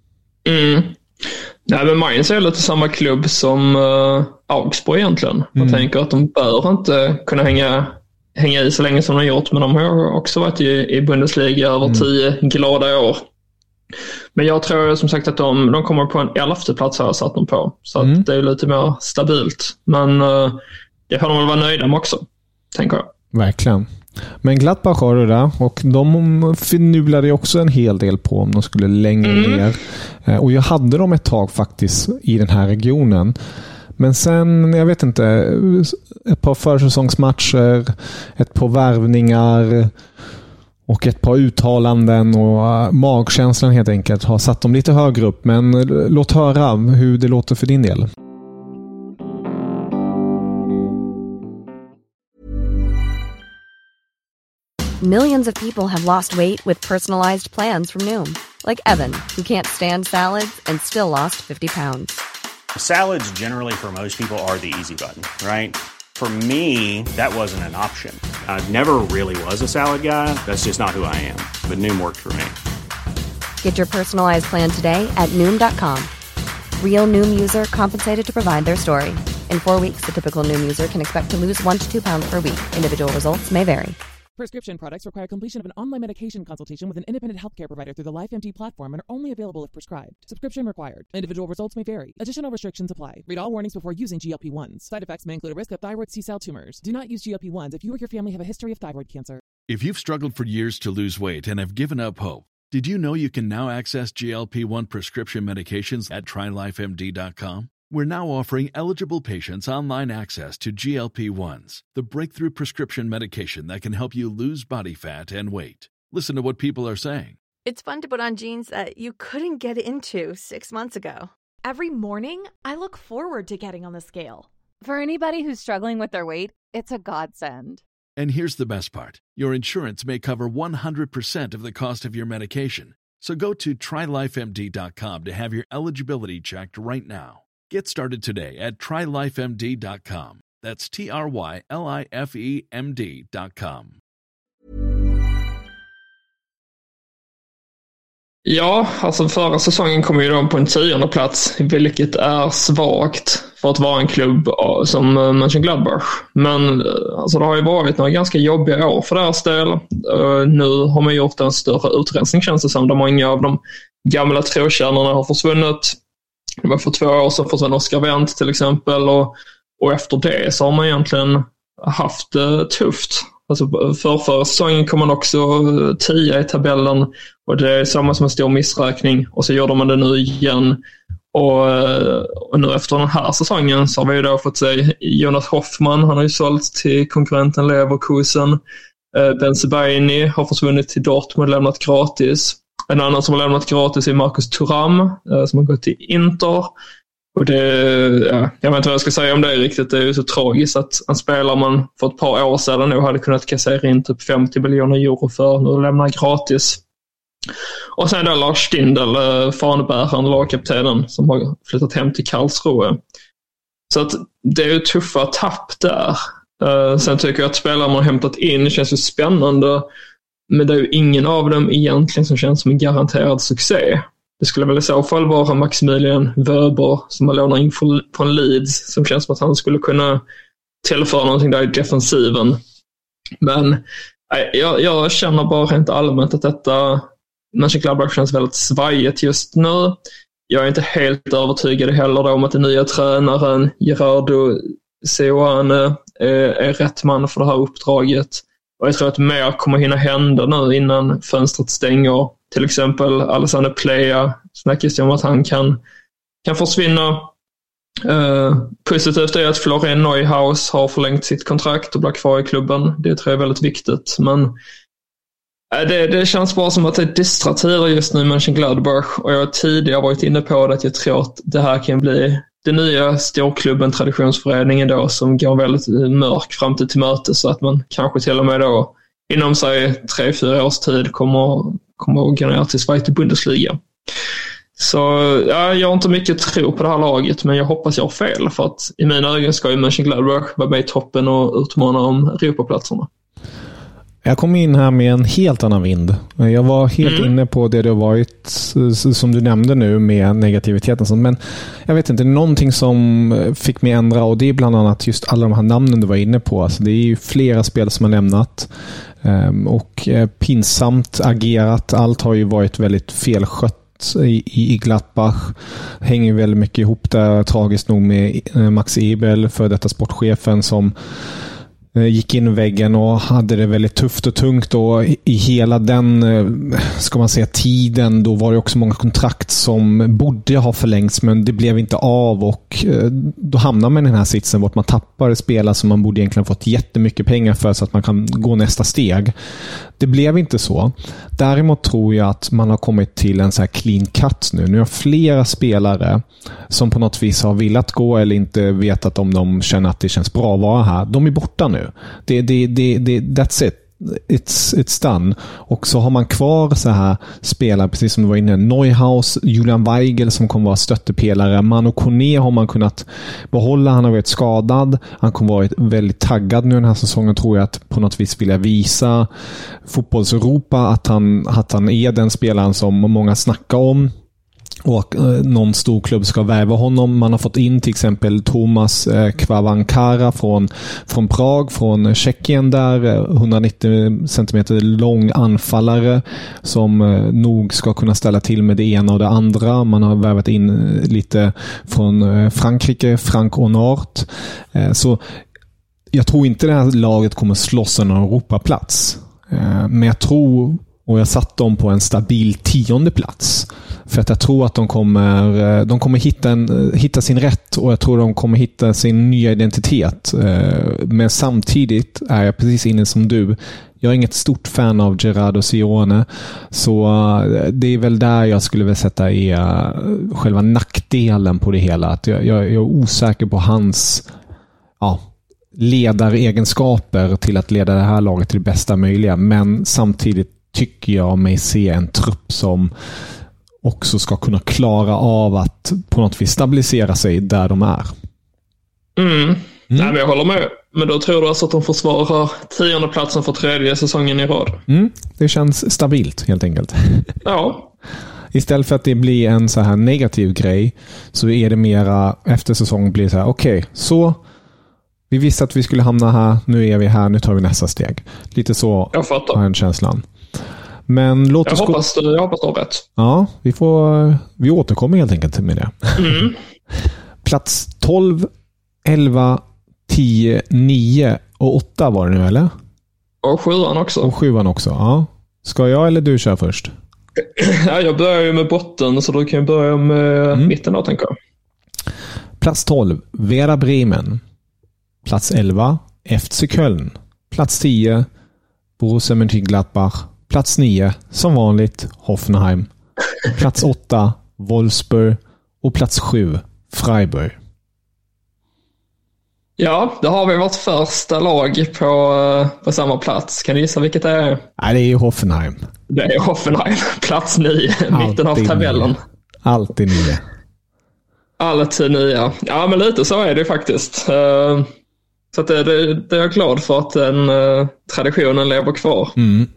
Nej, men Mainz är lite samma klubb som Augsburg egentligen. Jag tänker att de bör inte kunna hänga i så länge som de har gjort, men de har också varit i Bundesliga över 10 glada år. Men jag tror som sagt att de kommer på en 11:e plats här satt de på. Så att det är lite mer stabilt. Men det får de väl vara nöjda med också, tänker jag. Verkligen. Men Gladbach har det där och de förnulade också en hel del på om de skulle längre ner. Och jag hade dem ett tag faktiskt i den här regionen. Men sen, jag vet inte, ett par försäsongsmatcher, ett par värvningar och ett par uttalanden och magkänslan helt enkelt har satt dem lite högre upp. Men låt höra hur det låter för din del. Millions of people have lost weight with personalized plans from Noom. Like Evan, who can't stand salads and still lost 50 pounds. Salads generally for most people are the easy button, right? For me, that wasn't an option. I never really was a salad guy. That's just not who I am. But Noom worked for me. Get your personalized plan today at Noom.com. Real Noom user compensated to provide their story. In 4 weeks, the typical Noom user can expect to lose 1 to 2 pounds per week. Individual results may vary. Prescription products require completion of an online medication consultation with an independent healthcare provider through the LifeMD platform and are only available if prescribed. Subscription required. Individual results may vary. Additional restrictions apply. Read all warnings before using GLP-1s. Side effects may include a risk of thyroid C-cell tumors. Do not use GLP-1s if you or your family have a history of thyroid cancer. If you've struggled for years to lose weight and have given up hope, did you know you can now access GLP-1 prescription medications at TryLifeMD.com? We're now offering eligible patients online access to GLP-1s, the breakthrough prescription medication that can help you lose body fat and weight. Listen to what people are saying. It's fun to put on jeans that you couldn't get into 6 months ago. Every morning, I look forward to getting on the scale. For anybody who's struggling with their weight, it's a godsend. And here's the best part. Your insurance may cover 100% of the cost of your medication. So go to TryLifeMD.com to have your eligibility checked right now. Get started today at TryLifeMD.com. That's TryLifeMD.com. Ja, alltså förra säsongen kom ju de på en 10:e plats, vilket är svagt för att vara en klubb som Mönchengladbach. Men alltså, det har ju varit några ganska jobbiga år för deras del. Nu har man gjort en större utrensning, känns det som, där många av de gamla trotjänarna har försvunnit. Det var för 2 år sedan försvann Oscar Wendt till exempel, och efter det så har man egentligen haft det tufft. Alltså förra säsongen kom man också 10 i tabellen, och det är samma som en stor missräkning, och så gjorde man det nu igen, och nu efter den här säsongen så har vi ju då fått se Jonas Hoffman, han har ju sålt till konkurrenten Leverkusen. Ben Sebaini har försvunnit till Dortmund, lämnat gratis. En annan som har lämnat gratis är Marcus Thuram, som har gått till Inter. Och det, jag vet inte vad jag ska säga om det riktigt. Det är ju så tragiskt att en spelare man för ett par år sedan nu hade kunnat kassera in typ 50 miljoner euro för, nu lämnar gratis. Och sen då Lars Stindl, fanbäraren, lagkaptenen, som har flyttat hem till Karlsruhe. Så att det är ju tuffa tapp där. Sen tycker jag att spelare man har hämtat in känns ju spännande, men det är ju ingen av dem egentligen som känns som en garanterad succé. Det skulle väl i så fall vara Maximilian Wöber som har lånat in från Leeds, som känns som att han skulle kunna tillföra någonting där i defensiven. Men jag känner bara rent allmänt att detta Mönchengladbach känns väldigt svajigt just nu. Jag är inte helt övertygad heller om att den nya tränaren Gerardo Seoane är rätt man för det här uppdraget. Och jag tror att mer kommer hinna hända nu innan fönstret stänger. Till exempel Alessandro Plea snackas om att han kan försvinna. Positivt är att Florian Neuhaus har förlängt sitt kontrakt och blir kvar i klubben. Det tror jag är väldigt viktigt. Men det känns bara som att det är dystra tider just nu i Mönchengladbach. Och jag har tidigare varit inne på det, att jag tror att det här kan bli den nya storklubben, traditionsföreningen då, som går väldigt mörk framtid till möte, så att man kanske till och med då inom sig 3-4 års tid kommer att gå ner till Zweite Bundesliga. Så jag har inte mycket tro på det här laget, men jag hoppas jag har fel, för att i mina ögon ska ju Mönchengladbach vara med i toppen och utmana om Europaplatserna. Jag kom in här med en helt annan vind. Jag var helt inne på det har varit, som du nämnde nu, med negativiteten. Men jag vet inte, någonting som fick mig ändra, och det är bland annat just alla de här namnen du var inne på. Alltså det är ju flera spel som har lämnat och pinsamt agerat. Allt har ju varit väldigt felskött i Gladbach. Hänger väldigt mycket ihop där, tragiskt nog, med Max Ebel, för detta sportchefen, som gick in i väggen och hade det väldigt tufft och tungt, och i hela den, ska man säga, tiden, då var det också många kontrakt som borde ha förlängts, men det blev inte av, och då hamnar man i den här sitsen vart man tappar spelare som man borde egentligen fått jättemycket pengar för, så att man kan gå nästa steg. Det blev inte så. Däremot tror jag att man har kommit till en så här clean cut nu. Nu har flera spelare som på något vis har velat gå eller inte vetat om de känner att det känns bra att vara här. De är borta nu. That's it. It's done. Och så har man kvar så här spelare, precis som du var inne, Neuhaus, Julian Weigel som kommer vara stöttepelare. Manu Kone har man kunnat behålla. Han har varit skadad. Han kommer vara väldigt taggad nu den här säsongen, tror jag, att på något vis vilja visa fotbolls-Europa att han är den spelaren som många snackar om. Och någon stor klubb ska värva honom. Man har fått in till exempel Thomas Kvavankara från Prag, från Tjeckien där, 190 cm lång anfallare som nog ska kunna ställa till med det ena och det andra. Man har värvat in lite från Frankrike, Frank Honort. Så jag tror inte det här laget kommer slåss en Europaplats. Men jag tror, och jag satt dem på en stabil 10:e plats. För att jag tror att de kommer hitta sin rätt, och jag tror de kommer hitta sin nya identitet. Men samtidigt är jag precis inne som du. Jag är inget stort fan av Gerardo Sione, så det är väl där jag skulle vilja sätta själva nackdelen på det hela. Att jag är osäker på hans ledaregenskaper till att leda det här laget till det bästa möjliga. Men samtidigt tycker jag mig se en trupp som också ska kunna klara av att på något vis stabilisera sig där de är. Nej, men jag håller med. Men då tror du alltså att de försvarar 10:e platsen för 3:e säsongen i rad? Det känns stabilt helt enkelt. Ja. Istället för att det blir en så här negativ grej, så är det mera efter säsongen blir så här, okej, så vi visste att vi skulle hamna här, nu är vi här, nu tar vi nästa steg. Lite så har jag en känslan. Men låt oss jag hoppas du har rätt. Ja, vi återkommer helt enkelt med det. Plats 12, 11, 10, 9 och 8 var det nu, eller? Och 7:an också. Och 7:an också, ja. Ska jag eller du köra först? Ja, jag börjar ju med botten, så då kan jag börja med mitten då, tänker jag. Plats 12, Werder Bremen. Plats 11, FC Köln. Plats 10, Borussia Mönchengladbach. Plats 9, som vanligt, Hoffenheim. Plats 8, Wolfsburg. Och plats 7, Freiburg. Ja, det har vi vårt första lag på samma plats. Kan du gissa vilket det är? Nej, det är ju Hoffenheim. Det är Hoffenheim. Plats 9, mitten av tabellen. 9. Alltid 9. Alltid 9. Ja, men lite så är det faktiskt. Så att det är jag glad för att den traditionen lever kvar.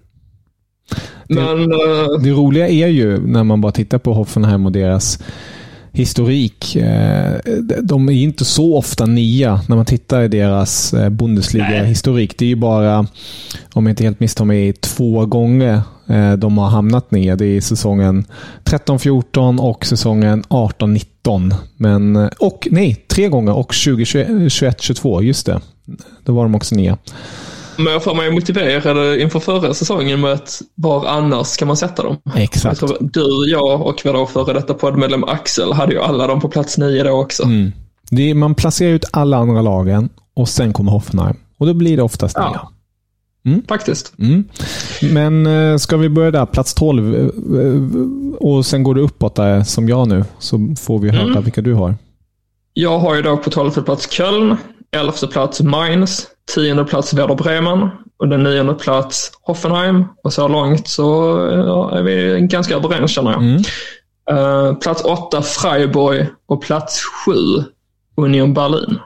Men det roliga är ju när man bara tittar på Hoffenheim och deras historik. De är inte så ofta nia när man tittar i deras Bundesliga-historik. Det är ju bara, om jag inte helt misstar mig, 2 gånger de har hamnat ner. Det är säsongen 13-14 och säsongen 18-19. Men, 3 gånger och 2021-22, just det. Då var de också nia. Men jag får mig motiverade inför förra säsongen med att var annars kan man sätta dem. Exakt. Du, jag och vad då före detta poddmedlem Axel hade ju alla dem på plats 9 då också. Man placerar ut alla andra lagen och sen kommer Hoffenheim. Och då blir det oftast nya. Faktiskt. Men ska vi börja där, plats 12 och sen går det uppåt där som jag nu, så får vi höra vilka du har. Jag har ju då på 12:e plats Köln, 11:e plats Mainz, 10:e plats Werder Bremen och den 9:e plats Hoffenheim. Och så långt så är vi ganska överens, känner jag. Plats 8 Freiburg och plats 7 Union Berlin.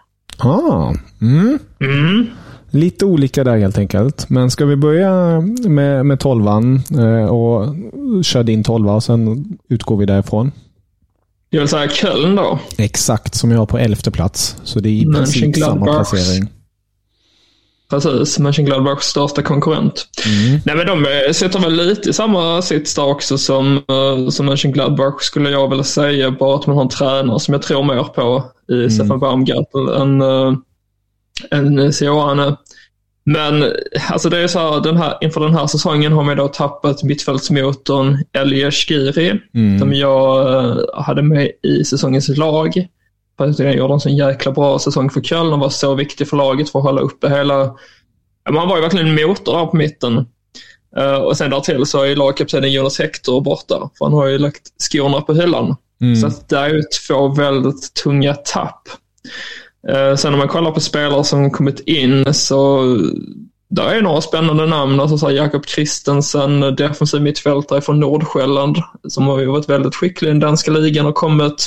Lite olika där helt enkelt. Men ska vi börja med 12:an och köra din 12:a och sen utgår vi därifrån? Jag vill säga Köln då. Exakt, som jag har på 11:e plats. Så det är i princip samma placering. Precis, Mönchengladbachs största konkurrent. Nej, men de sitter väl lite i samma sits där också som Mönchengladbach, skulle jag vilja säga. Bara att man har en tränare som jag tror mer på i Stefan Baumgartel än Sione. Men alltså det är så här, inför den här säsongen har man då tappat mittfältsmotorn Elias Giri, som jag hade med i säsongens lag. För att jag gjorde en sån jäkla bra säsong för Köln och var så viktig för laget för att hålla uppe hela. Man var ju verkligen en motor där på mitten. Och sen där till så är lagkaptenen Jonas Hector borta, för han har ju lagt skorna på hyllan. Så att det är ju 2 väldigt tunga tapp. Sen om man kollar på spelare som kommit in, så där är några spännande namn, alltså så Jakob Christensen, defensiv mittfältare från Nordsjälland, som har ju varit väldigt skicklig i den danska ligan och kommit.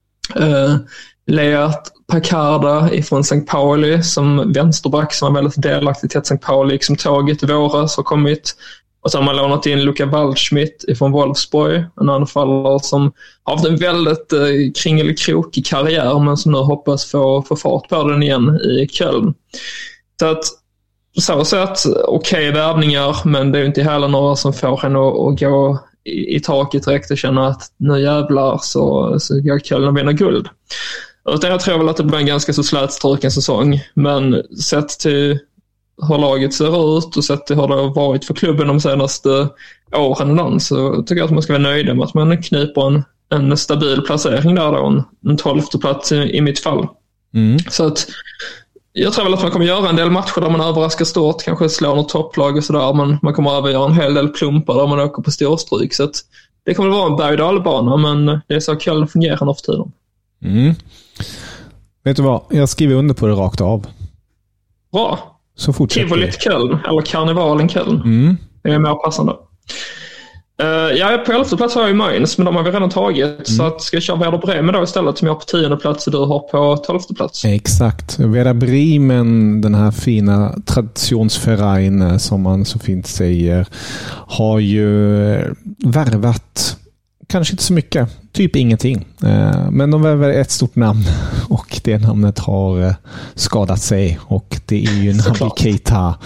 Leat Pacarda ifrån St. Pauli som vänsterback, som var väldigt delaktig till att St. Pauli liksom tåget i våras har kommit. Och så har man lånat in Luka Waldschmidt ifrån Wolfsburg, en anfallare som har haft en väldigt kringelikrokig karriär, men som nu hoppas få fart på den igen i Köln. Så att så sett okej värvningar, men det är ju inte heller några som får en att gå i taket direkt och känna att nu jävlar så går Köln och vinner guld. Utan jag tror väl att det blir en ganska så slätstruken säsong, men sett till hur laget ser ut och sett hur det har varit för klubben de senaste åren, så tycker jag att man ska vara nöjd med att man kniper en stabil placering där då, en 12:e plats i mitt fall. Så att jag tror väl att man kommer göra en del matcher där man överraskar stort, kanske slår något topplag och sådär, men man kommer även göra en hel del plumpar där man åker på storstryk, så att det kommer vara en berg- och dalbana, men det är så kul fungerar ofta tiden. Vet du vad? Jag skriver under på det rakt av. Bra. Så fortsätter vi. Tivolit Köln, eller Karnevalen Köln. Det är mer passande. På 11:e plats har jag ju Mainz, men de har vi redan tagit. Så att ska jag köra Werder Bremen då istället, som jag har på 10:e plats och du har på 12:e plats. Exakt. Werder Bremen, den här fina traditionsverein som man så fint säger, har ju värvat kanske inte så mycket, typ ingenting. Men de värvar ett stort namn och det namnet har skadat sig, och det är ju Naby Keita.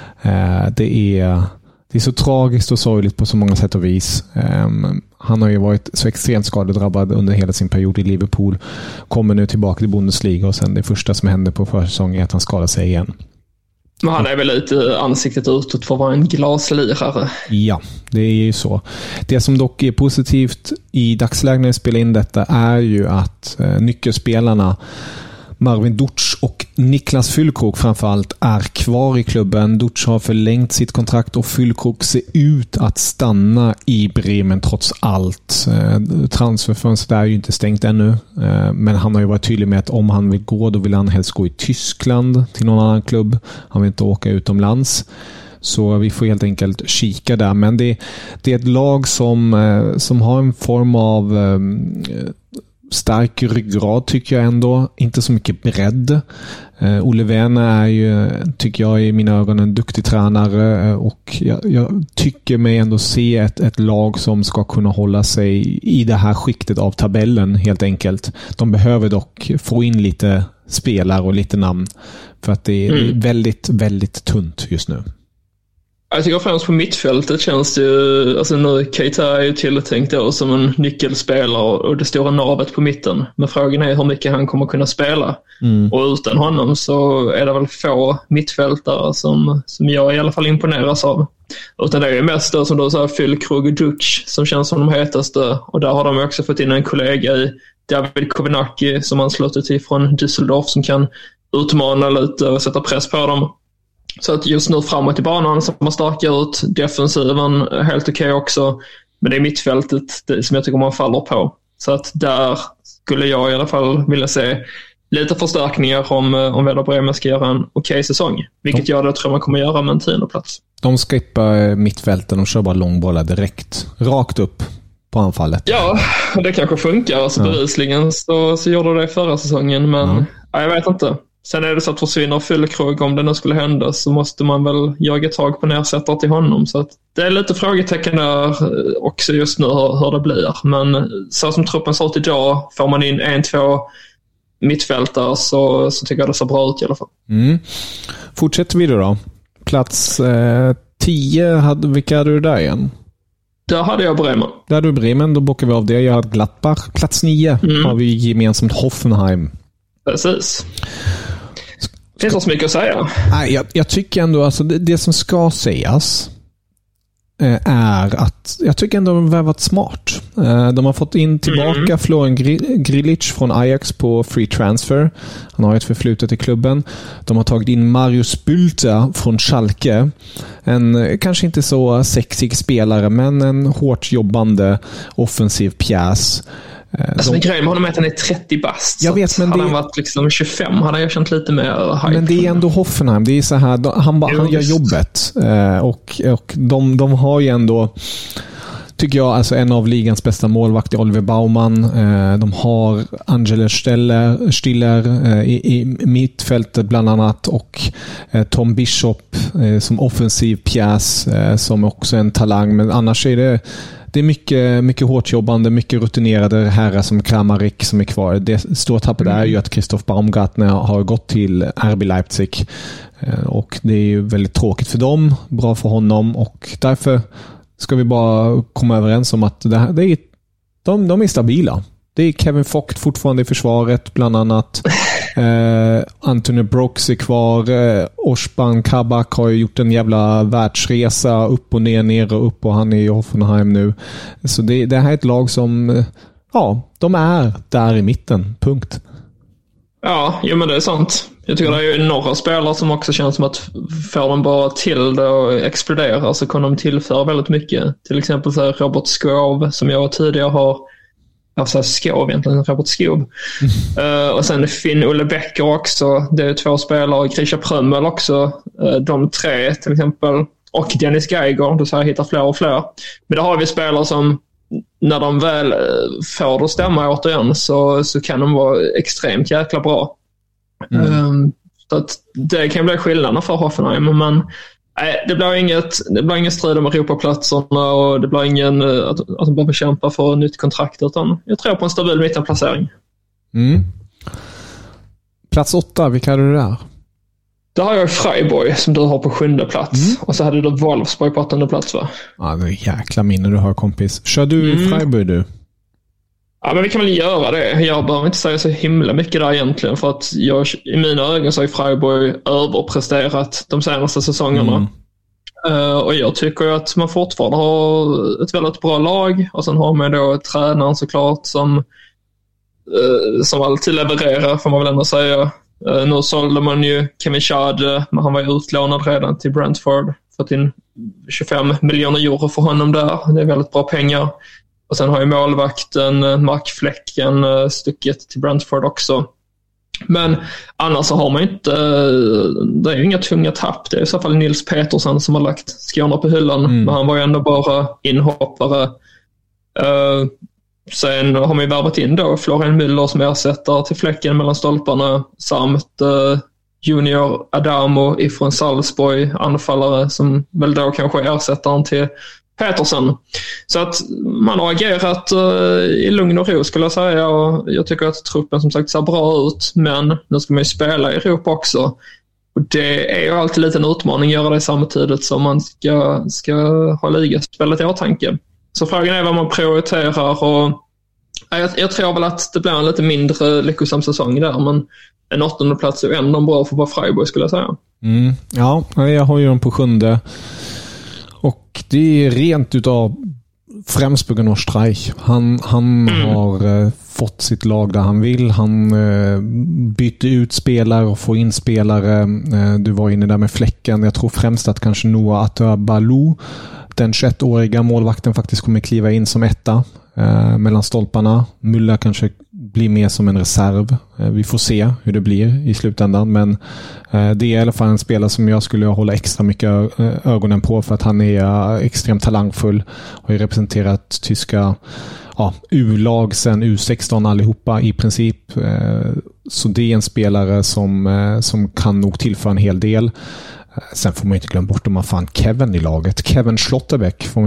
Det är så tragiskt och sorgligt på så många sätt och vis. Han har ju varit så extremt skadedrabbad under hela sin period i Liverpool. Kommer nu tillbaka till Bundesliga, och sen det första som händer på försäsongen är att han skadar sig igen. Men han är väl lite ansiktet utåt för att vara en glaslirare. Ja, det är ju så. Det som dock är positivt i dagsläget när vi spelar in detta är ju att nyckelspelarna Marvin Dutsch och Niklas Füllkrug framförallt är kvar i klubben. Dutsch har förlängt sitt kontrakt och Füllkrug ser ut att stanna i Bremen trots allt. Transferfönstret är ju inte stängt ännu, men han har ju varit tydlig med att om han vill gå, då vill han helst gå i Tyskland till någon annan klubb. Han vill inte åka utomlands. Så vi får helt enkelt kika där. Men det är ett lag som har en form av stark ryggrad, tycker jag ändå. Inte så mycket bredd. Olle Werner är ju, tycker jag i mina ögon, en duktig tränare, och jag tycker mig ändå se ett lag som ska kunna hålla sig i det här skiktet av tabellen helt enkelt. De behöver dock få in lite spelare och lite namn, för att det är väldigt, väldigt tunt just nu. Jag tycker främst på mittfältet känns det ju, alltså nu Keita är ju tilltänkt då som en nyckelspelare och det stora navet på mitten. Men frågan är hur mycket han kommer kunna spela. Och utan honom så är det väl få mittfältare som jag i alla fall imponeras av. Utan det är ju mest då, som du sa, Füllkrug och Dutsch som känns som de hetaste. Och där har de också fått in en kollega i David Kownacki som anslutit till från Düsseldorf, som kan utmana lite och sätta press på dem. Så att just nu framåt i banan som man starkar ut, defensiven helt okej också, men det är mittfältet som jag tycker man faller på. Så att där skulle jag i alla fall vilja se lite förstärkningar om Werder Bremen ska göra en okej säsong, vilket jag då tror man kommer göra med en 10:e plats. De skippar mittfälten och kör bara långbollar direkt, rakt upp på anfallet. Ja, det kanske funkar. Alltså bevisligen så gjorde det förra säsongen, men jag vet inte. Sen är det så att försvinner Füllkrug, om det nu skulle hända, så måste man väl jaga tag på nersättare till honom. Så att det är lite frågetecken där också just nu hur det blir. Men så som truppen ser ut idag, får man in 1-2 mittfältare så tycker jag det ser bra ut i alla fall. Fortsätter vi då. Plats 10, vilka hade du där igen? Där hade jag Bremen. Där hade du Bremen, då bockar vi av det. Jag hade Gladbach. Plats 9 har vi gemensamt Hoffenheim. Precis. Finns det så mycket att säga? Nej, jag tycker ändå, alltså det som ska sägas är att jag tycker ändå de har varit smart. De har fått in tillbaka Florian Grilic från Ajax på free transfer. Han har ett förflutet i klubben. De har tagit in Marius Bülter från Schalke. En kanske inte så sexig spelare, men en hårt jobbande offensiv pjäs. Alltså grejen med honom är att han är 30 bast. Jag vet, men hade han varit liksom 25 hade jag känt lite mer hype. Men det är ändå Hoffenheim. Det är så här, han gör jobbet. Och de har ju ändå, tycker jag, alltså en av ligans bästa målvakter, Oliver Baumann. De har Angela Stiller i mittfältet bland annat, och Tom Bishop som offensiv pjäs som också är en talang. Men annars är det är mycket hårt jobbande, mycket rutinerade herrar som Kramaric som är kvar. Det stora tappet är ju att Christoph Baumgartner har gått till RB Leipzig. Och det är ju väldigt tråkigt för dem, bra för honom, och därför ska vi bara komma överens om att de är stabila. Det är Kevin Vogt fortfarande i försvaret, bland annat. Anthony Brooks är kvar. Osman Kabak har ju gjort en jävla världsresa upp och ner och upp, och han är i Hoffenheim nu. Så det här är ett lag som, de är där i mitten. Punkt. Ja, men det är sant. Jag tycker det är ju några spelare som också känns som att får de bara till det och explodera så kan de tillföra väldigt mycket. Till exempel så Robert Skov som jag tidigare har Robert Skov. Och sen Finn Olle Becker också. Det är 2 spelare. Grisha Prömmel också. De 3 till exempel. Och Dennis Geiger. Då så jag hittar fler och fler. Men då har vi spelare som när de väl får det att stämma återigen så kan de vara extremt jäkla bra. Så att det kan bli skillnaden för Hoffenheim. Men det blir ingen strid om Europaplatserna och det blir ingen att de behöver kämpa för ett nytt kontrakt, utan jag tror på en stabil mittenplacering. Plats 8, vilka hade du där? Där har jag Freiburg som du har på 7:e plats. Och så hade du Wolfsburg på 8:e plats, va? Ja, det är jäkla minne du har, kompis. Kör du Freiburg du? Ja, men vi kan väl göra det. Jag behöver inte säga så himla mycket där egentligen, för att i mina ögon så har Freiburg överpresterat de senaste säsongerna. Och jag tycker ju att man fortfarande har ett väldigt bra lag, och sen har man då tränaren såklart som alltid levererar, får man väl ändå säga. Nu sålde man ju Kevin Schade, men han var ju utlånad redan till Brentford. Fått in 25 miljoner euro för honom där. Det är väldigt bra pengar. Och sen har ju målvakten Mark Flecken stuckit till Brentford också. Men annars så har man inte, det är ju inga tunga tapp. Det är i så fall Nils Petersen som har lagt Skåne på hyllan. Men han var ju ändå bara inhoppare. Sen har man ju värvat in då Florian Müller som ersättare till Flecken mellan stolparna, samt Junior Adamo ifrån Salzburg, anfallare som väl då kanske är ersättaren till Petersen. Så att man har agerat i lugn och ro, skulle jag säga, och jag tycker att truppen som sagt ser bra ut, men nu ska man ju spela i Europa också, och det är ju alltid lite en utmaning att göra det samtidigt som man ska ha ligaspelet i åtanke. Så frågan är vad man prioriterar, och jag tror väl att det blir en lite mindre lyckosam säsong där, men en 8:e plats är ju ändå bra för Freiburg, skulle jag säga. Ja, jag har ju dem på 7:e. Och det är rent utav främst på Gunnar Streich. Han har fått sitt lag där han vill. Han byter ut spelare och får in spelare. Du var inne där med Fläcken. Jag tror främst att kanske Noah Atöbalou, den 21-åriga målvakten, faktiskt kommer kliva in som etta mellan stolparna. Müller kanske blir mer som en reserv. Vi får se hur det blir i slutändan, men det är i alla fall en spelare som jag skulle hålla extra mycket ögonen på, för att han är extremt talangfull och har representerat tyska U-lag sen U16 allihopa i princip. Så det är en spelare som kan nog tillföra en hel del. Sen får man inte glömma bort om man fan Kevin i laget. Kevin Schlotterbeck får man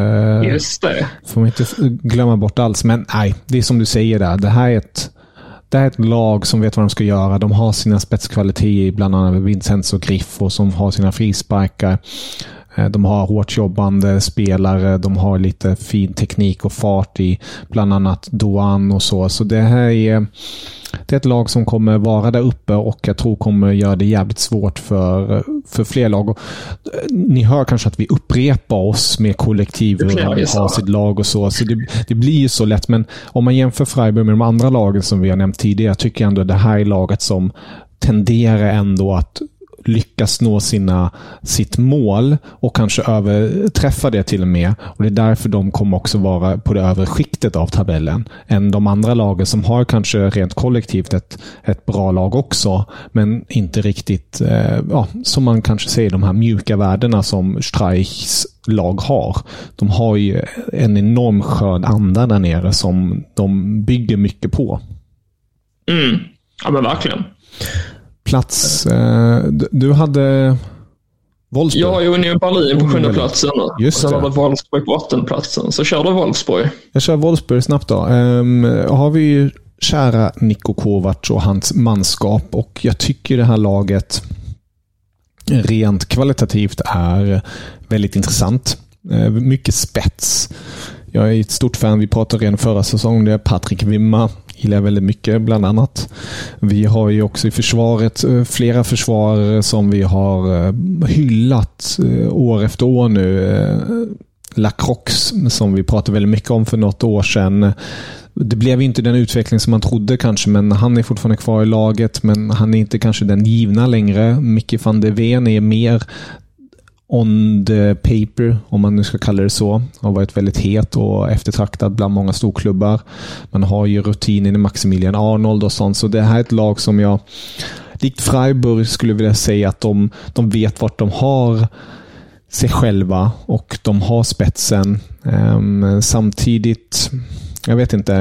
inte glömma bort alls. Men nej, det är som du säger där. Det här är ett lag som vet vad de ska göra. De har sina spetskvaliteter, bland annat Vincenzo Griffo som har sina frisparkar. De har hårt jobbande spelare. De har lite fin teknik och fart i bland annat Doan och så. Så det här är ett lag som kommer vara där uppe, och jag tror kommer göra det jävligt svårt för fler lag. Ni hör kanske att vi upprepar oss med kollektiv och har sitt lag och så. Så det blir ju så lätt. Men om man jämför Freiburg med de andra lagen som vi har nämnt tidigare, tycker jag ändå det här är laget som tenderar ändå att lyckas nå sitt mål och kanske överträffa det till och med. Och det är därför de kommer också vara på det övre skiktet av tabellen än de andra lagen som har kanske rent kollektivt ett bra lag också, men inte riktigt som man kanske säger, de här mjuka värdena som Streichs lag har. De har ju en enorm skön anda där nere som de bygger mycket på. Ja, men verkligen. Plats. Du hade Wolfsburg. Jag har ju Union Berlin på 7:e platsen. Just det. Och sen hade Wolfsburg på 8:e platsen. Så kör du Wolfsburg. Jag kör Wolfsburg snabbt då. Har vi ju kära Niko Kovac och hans manskap, och jag tycker det här laget rent kvalitativt är väldigt intressant. Mycket spets. jag är ett stort fan. Vi pratade redan förra säsongen. Det är Patrik Wimma. Gillar väldigt mycket bland annat. Vi har ju också i försvaret flera försvarare som vi har hyllat år efter år nu. Lacroix som vi pratade väldigt mycket om för något år sedan. Det blev inte den utveckling som man trodde kanske, men han är fortfarande kvar i laget, men han är inte kanske den givna längre. Mickey van der Ven är mer on the paper, om man nu ska kalla det så. Har varit väldigt het och eftertraktad bland många storklubbar. Man har ju rutinen i Maximilian Arnold och sånt, så det här är ett lag som jag, likt Freiburg, skulle vilja säga att de vet vart de har sig själva och de har spetsen. Samtidigt, jag vet inte,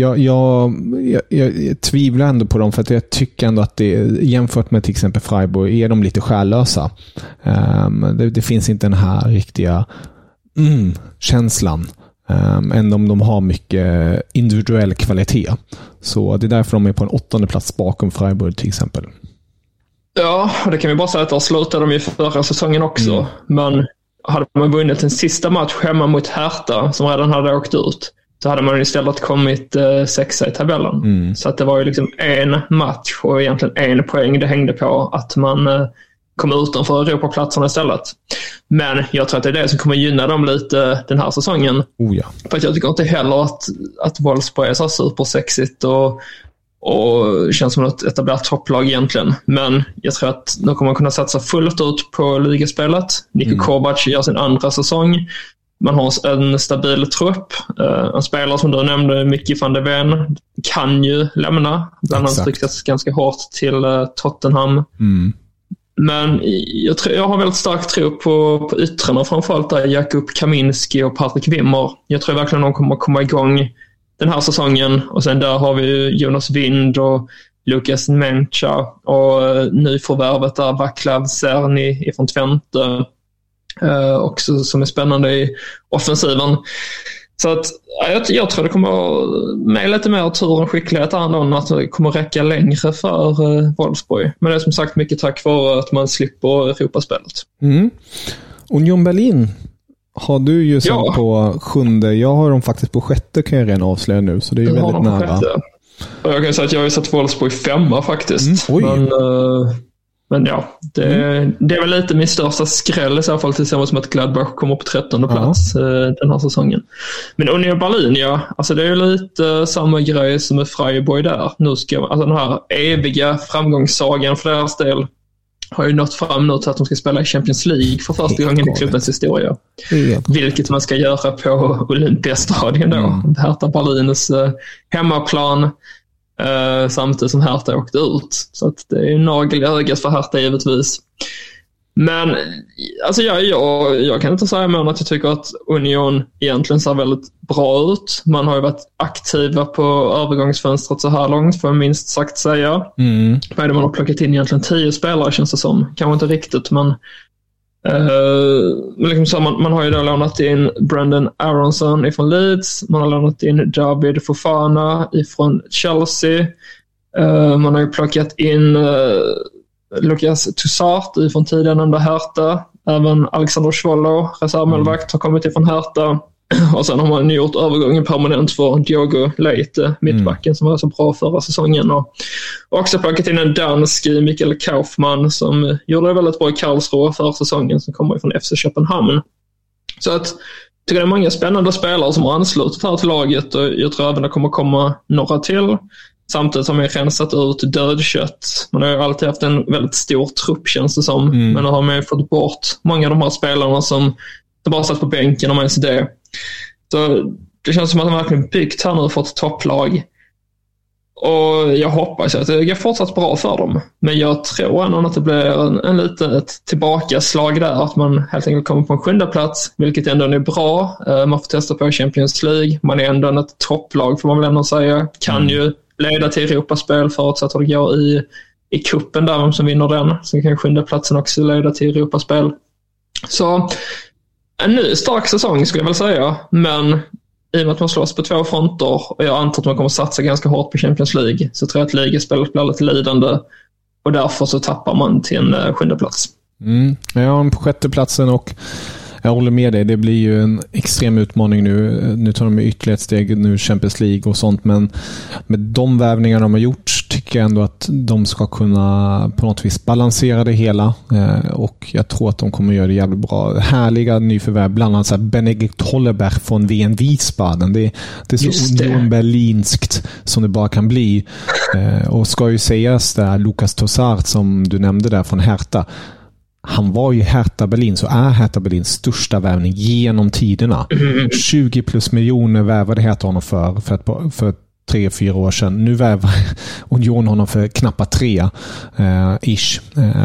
jag tvivlar ändå på dem, för att jag tycker ändå att det, jämfört med till exempel Freiburg, är de lite skärlösa. Det finns inte den här riktiga känslan, ändå om de har mycket individuell kvalitet. Så det är därför de är på en 8:e plats bakom Freiburg till exempel. Ja, och det kan vi bara säga att där slutade de ju förra säsongen också. Men hade man vunnit en sista match hemma mot Hertha, som redan hade åkt ut, så hade man istället kommit 6 i tabellen. Så att det var ju liksom en match och egentligen en poäng det hängde på att man kom utanför Europaplatserna istället. Men jag tror att det är det som kommer gynna dem lite den här säsongen. Oh ja. För att jag tycker inte heller att Wolfsburg är så supersexigt och känns som ett etablerat topplag egentligen. Men jag tror att de kommer kunna satsa fullt ut på ligaspelet. Niko Kovac gör sin andra säsong. Man har en stabil trupp. En spelare som du nämnde, Mickey van der Ven, kan ju lämna. Bland annat ryktats ganska hårt till Tottenham. Men jag har väldigt stark tro på yttrarna, framförallt där Jakub Kaminski och Patrik Wimmer. Jag tror verkligen de kommer komma igång den här säsongen. Och sen där har vi Jonas Wind och Lukas Mencha och nyförvärvet där Vaclav Cerny ifrån Twente. Också som är spännande i offensiven. Så att jag tror det kommer med lite mer tur och skicklighet ändå, att det kommer räcka längre för Wolfsburg. Men det är som sagt mycket tack vare att man slipper Europaspelet. Union Berlin har du ju som på 7:e. Jag har dem faktiskt på 6:e, kan jag redan avslöja nu, så det är väldigt nära. Och jag kan säga att jag har ju satt Wolfsburg 5:a faktiskt. Men ja, det är väl lite min största skräll i så fall, tillsammans med att Gladbach kommer på 13:e plats den här säsongen. Men Union Berlin, alltså det är ju lite samma grej som med Freiburg där. Nu ska alltså den här eviga framgångssagan för deras del har ju nått fram nu till att de ska spela i Champions League för första gången i klubbens historia. Vilket man ska göra på Olympiastadion då. Hertha Berlins hemmaplan. Samtidigt som Hertha åkte ut. Så att det är nagel i ögat för Hertha givetvis. Men alltså jag kan inte säga mer än att jag tycker att Union egentligen ser väldigt bra ut. Man har ju varit aktiva på övergångsfönstret så här långt, får jag minst sagt säga. Vad är det man har plockat in egentligen? 10 spelare känns det som. Kanske inte riktigt, men liksom så man har ju då lånat in Brandon Aronson ifrån Leeds, man har lånat in David Fofana ifrån Chelsea, man har ju plockat in Lucas Toussaint ifrån tidigare nämnda Hertha, även Alexander Schwolo, reservmålvakt, har kommit ifrån Hertha. Och sen har man gjort övergången permanent för Diogo Leite, mittbacken som var så bra förra säsongen. Och också plockat in en dansk, Mikael Kaufmann, som gjorde det väldigt bra i Karlsruhe förra säsongen, som kommer från FC Köpenhamn. Så att jag tycker det är många spännande spelare som har anslutit här till laget, och jag tror även det kommer komma några till. Samtidigt som jag rensat ut dödkött. Man har ju alltid haft en väldigt stor trupp, känns det som. Men nu har man ju fått bort många av de här spelarna som bara satt på bänken, om man ens det. Så det känns som att man verkligen byggt här nu för ett topplag. Och jag hoppas att det går fortsatt bra för dem. Men jag tror ändå att det blir en litet tillbakaslag där. Att man helt enkelt kommer på en 7:e plats, vilket ändå är bra. Man får testa på Champions League. Man är ändå ett topplag, får man väl ändå säga. Kan ju leda till Europaspel förutsatt att det går i kuppen där, vem som vinner den. Så kan 7:e platsen också leda till Europaspel. Så en ny stark säsong skulle jag väl säga, men i och med att man slåss på 2 fronter och jag antar att man kommer satsa ganska hårt på Champions League, så tror jag att ligaspelet blir lite lidande, och därför så tappar man till en 7:e plats. Ja, på 6:e platsen, och Jag håller med dig. Det blir ju en extrem utmaning nu. Nu tar de ytterligare ett steg, nu Champions League och sånt. Men med de värvningar de har gjort tycker jag ändå att de ska kunna på något vis balansera det hela. Och jag tror att de kommer göra det jävligt bra. Härliga nyförvärv. Bland annat så här Benedikt Holleberg från VN Wiesbaden. Det är så Union Berlinskt som det bara kan bli. Och ska ju sägas där Lucas Tossart som du nämnde där från Hertha. Han var ju Hertha Berlin, så är Hertha Berlins största värvning genom tiderna. 20 plus miljoner värvade Hertha honom för 3-4 år sedan. Nu värvar Union honom för knappt 3 ish.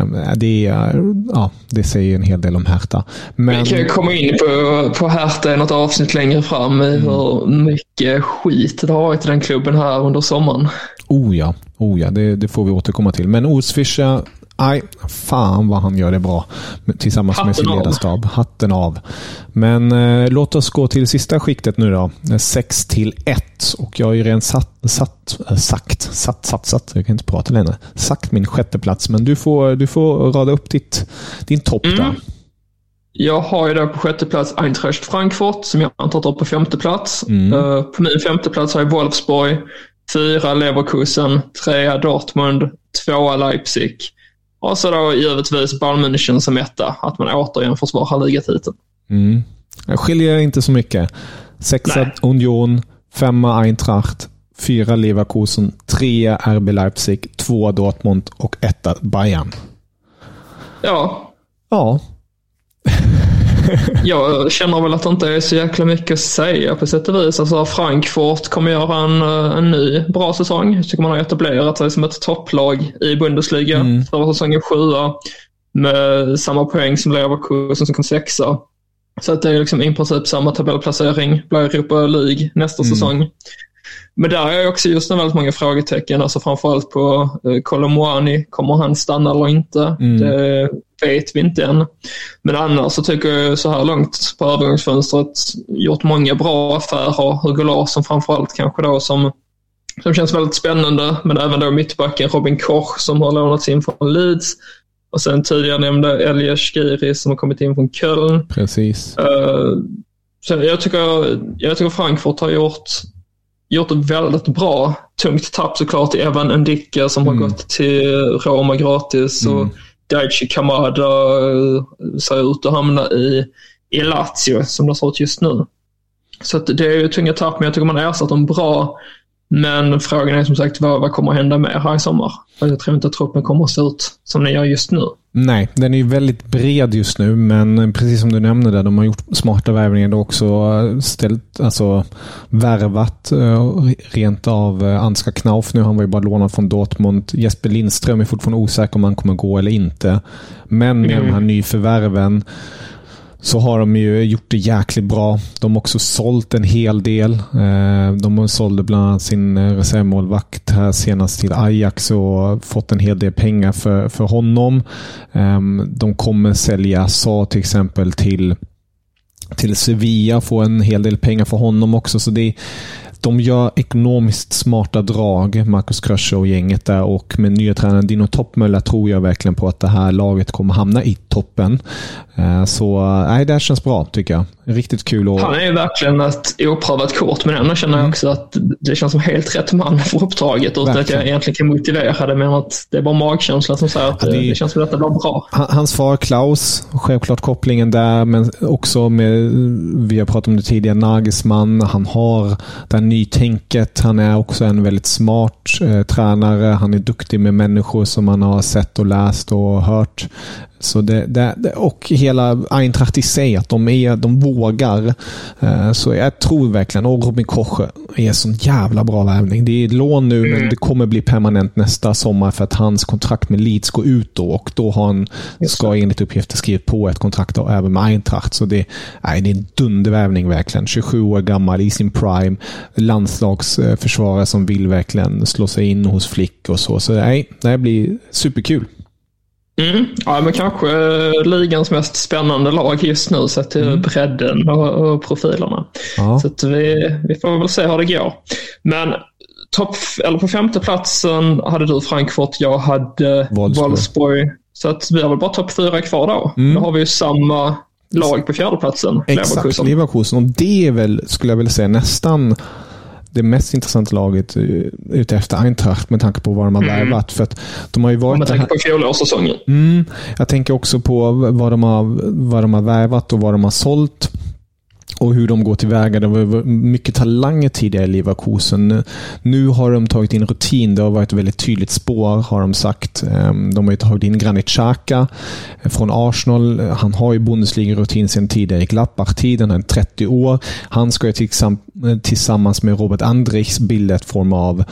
Det säger en hel del om Hertha. Men vi kan komma in på Hertha i något avsnitt längre fram i hur mycket skit det har varit i den klubben här under sommaren. Oh ja, det får vi återkomma till. Men Urs Fischer, fan vad han gör det bra tillsammans med sin ledarstab. Hatten av. Men låt oss gå till sista skiktet nu då. 6-1. Och jag har ju redan satsat. Jag kan inte prata längre. Sagt min sjätte plats. Men du får rada upp din topp där. Jag har ju då på sjätte plats Eintracht Frankfurt som jag har tagit upp på femte plats. På min femte plats har jag Wolfsburg, 4 Leverkusen, 3 Dortmund, 2 Leipzig. Och så då givetvis Bayern München som etta. Att man återigen försvarar ligatiteln. Jag skiljer inte så mycket. 6 Union, 5 Eintracht, 4 Leverkusen, 3 RB Leipzig, 2 Dortmund och 1 Bayern. Ja. Jag känner väl att det inte är så jäkla mycket att säga på sätt och vis. Alltså Frankfurt kommer göra en ny bra säsong. Jag tycker man har etablerat sig som ett topplag i Bundesliga. Förra säsongen 7 med samma poäng som Leverkusen som kom 6. Så att det är liksom i princip samma tabellplacering. Blir Europa League nästa säsong. Men där är också just nu väldigt många frågetecken. Alltså framförallt på Kolomuani. Kommer han stanna eller inte? Det vet vi inte än. Men annars så tycker jag så här långt på övergångsfönstret gjort många bra affärer. Hugo Larsson framförallt kanske då som känns väldigt spännande. Men även då mittbacken Robin Koch som har lånats in från Leeds. Och sen tidigare nämnde Elias Skiri som har kommit in från Köln. Precis. Så jag tycker Frankfurt har gjort det väldigt bra. Tungt tapp såklart i Evan Ndicka som har gått till Roma gratis och Daichi Kamada ser ut att hamna i Lazio som det ser ut just nu. Så att det är ju tunga tapp, men jag tycker man har ersatt dem bra. Men frågan är som sagt, vad kommer att hända med här i sommar? Jag tror inte att truppen kommer att se ut som den gör just nu. Nej, den är ju väldigt bred just nu, men precis som du nämnde där, de har gjort smarta värvningar och också värvat rent av Ansgar Knauf nu. Han var ju bara lånad från Dortmund. Jesper Lindström är fortfarande osäker om han kommer gå eller inte. Men med de här nyförvärven så har de ju gjort det jäkligt bra. De har också sålt en hel del. De har sålt bland annat sin reservmålvakt här senast till Ajax och fått en hel del pengar för honom. De kommer sälja Sa till exempel till Sevilla, få en hel del pengar för honom också. Så de gör ekonomiskt smarta drag, Marcus Krösche och gänget där, och med nya tränaren Dino Toppmöller tror jag verkligen på att det här laget kommer hamna i toppen. Så det här känns bra tycker jag. Riktigt kul. Han är ju verkligen ett oprövat kort, men ändå känner jag också att det känns som helt rätt man för uppdraget utan att jag egentligen kan motivera det, men att det är bara magkänsla som säger att det känns som att det blir bra. Hans far Klaus, självklart kopplingen där, men också med, vi har pratat om det tidigare, Nagelsmann, han har det nytänket, han är också en väldigt smart tränare, han är duktig med människor som man har sett och läst och hört. Så och hela Eintracht i sig, att de vågar. Så jag tror verkligen, och Robin Koch är sån jävla bra värvning. Det är lån nu, men det kommer bli permanent nästa sommar för att hans kontrakt med Leeds går ut då, och då har han ska enligt uppgifter skrivit på ett kontrakt då, även med Eintracht. Så det är en dundervärvning verkligen. 27 år gammal i sin prime, landslagsförsvarare som vill verkligen slå sig in hos Flick och så. Så det blir superkul. Ja, men kanske ligans mest spännande lag just nu sett till bredden och profilerna. Ja. Så att vi får väl se hur det går. Men på femte platsen hade du Frankfurt, jag hade Wolfsburg. Så att vi har väl bara topp 4 kvar då. Då har vi ju samma lag på fjärdeplatsen. Exakt, Leverkusen. Och det är väl, skulle jag vilja säga, nästan det mest intressanta laget ute efter Eintracht med tanke på vad de har värvat. För att de har ju varit med tanke på fjolårssäsongen. Jag tänker också på vad de har värvat och vad de har sålt. Och hur de går tillväga. Det var mycket talanger tidigare i Leverkusen. Nu har de tagit in rutin. Det har varit ett väldigt tydligt spår, har de sagt. De har ju tagit in Granit Xhaka från Arsenal. Han har ju Bundesliga-rutin sedan tidigare i Gladbach-tiden. Han är 30 år. Han ska ju tillsammans med Robert Andrichs bilda ett form av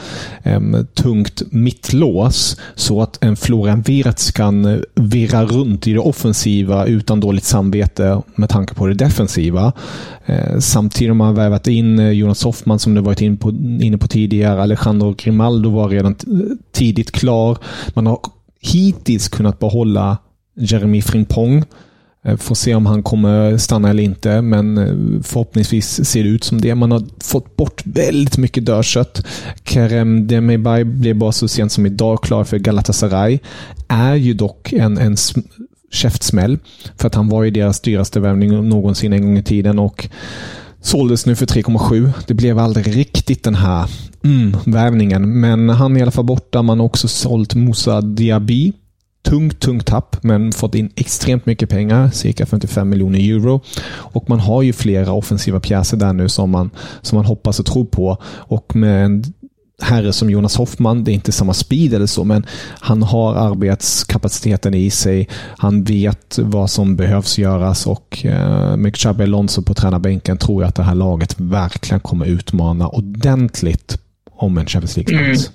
tungt mittlås. Så att en Florian Wirtz kan virra runt i det offensiva utan dåligt samvete med tanke på det defensiva. Samtidigt har man värvat in Jonas Hoffman som det varit inne på tidigare. Alejandro Grimaldo var redan tidigt klar. Man har hittills kunnat behålla Jeremy Frimpong. Får se om han kommer stanna eller inte, men förhoppningsvis ser det ut som det. Man har fått bort väldigt mycket dörrkött. Kerem Demirbay blev bara så sent som idag klar för Galatasaray. Är ju dock en käftsmäll, för att han var ju deras dyraste värvning någonsin en gång i tiden och såldes nu för 3,7. Det blev aldrig riktigt den här värvningen, men han är i alla fall borta. Man har också sålt Moussa Diaby. Tungt tapp, men fått in extremt mycket pengar, cirka 55 miljoner euro. Och man har ju flera offensiva pjäser där nu som man hoppas och tror på. Och med en herre som Jonas Hoffman, det är inte samma speed eller så, men han har arbetskapaciteten i sig. Han vet vad som behövs göras, och med Xabi Alonso på tränarbänken tror jag att det här laget verkligen kommer utmana ordentligt om en Champions League-plats.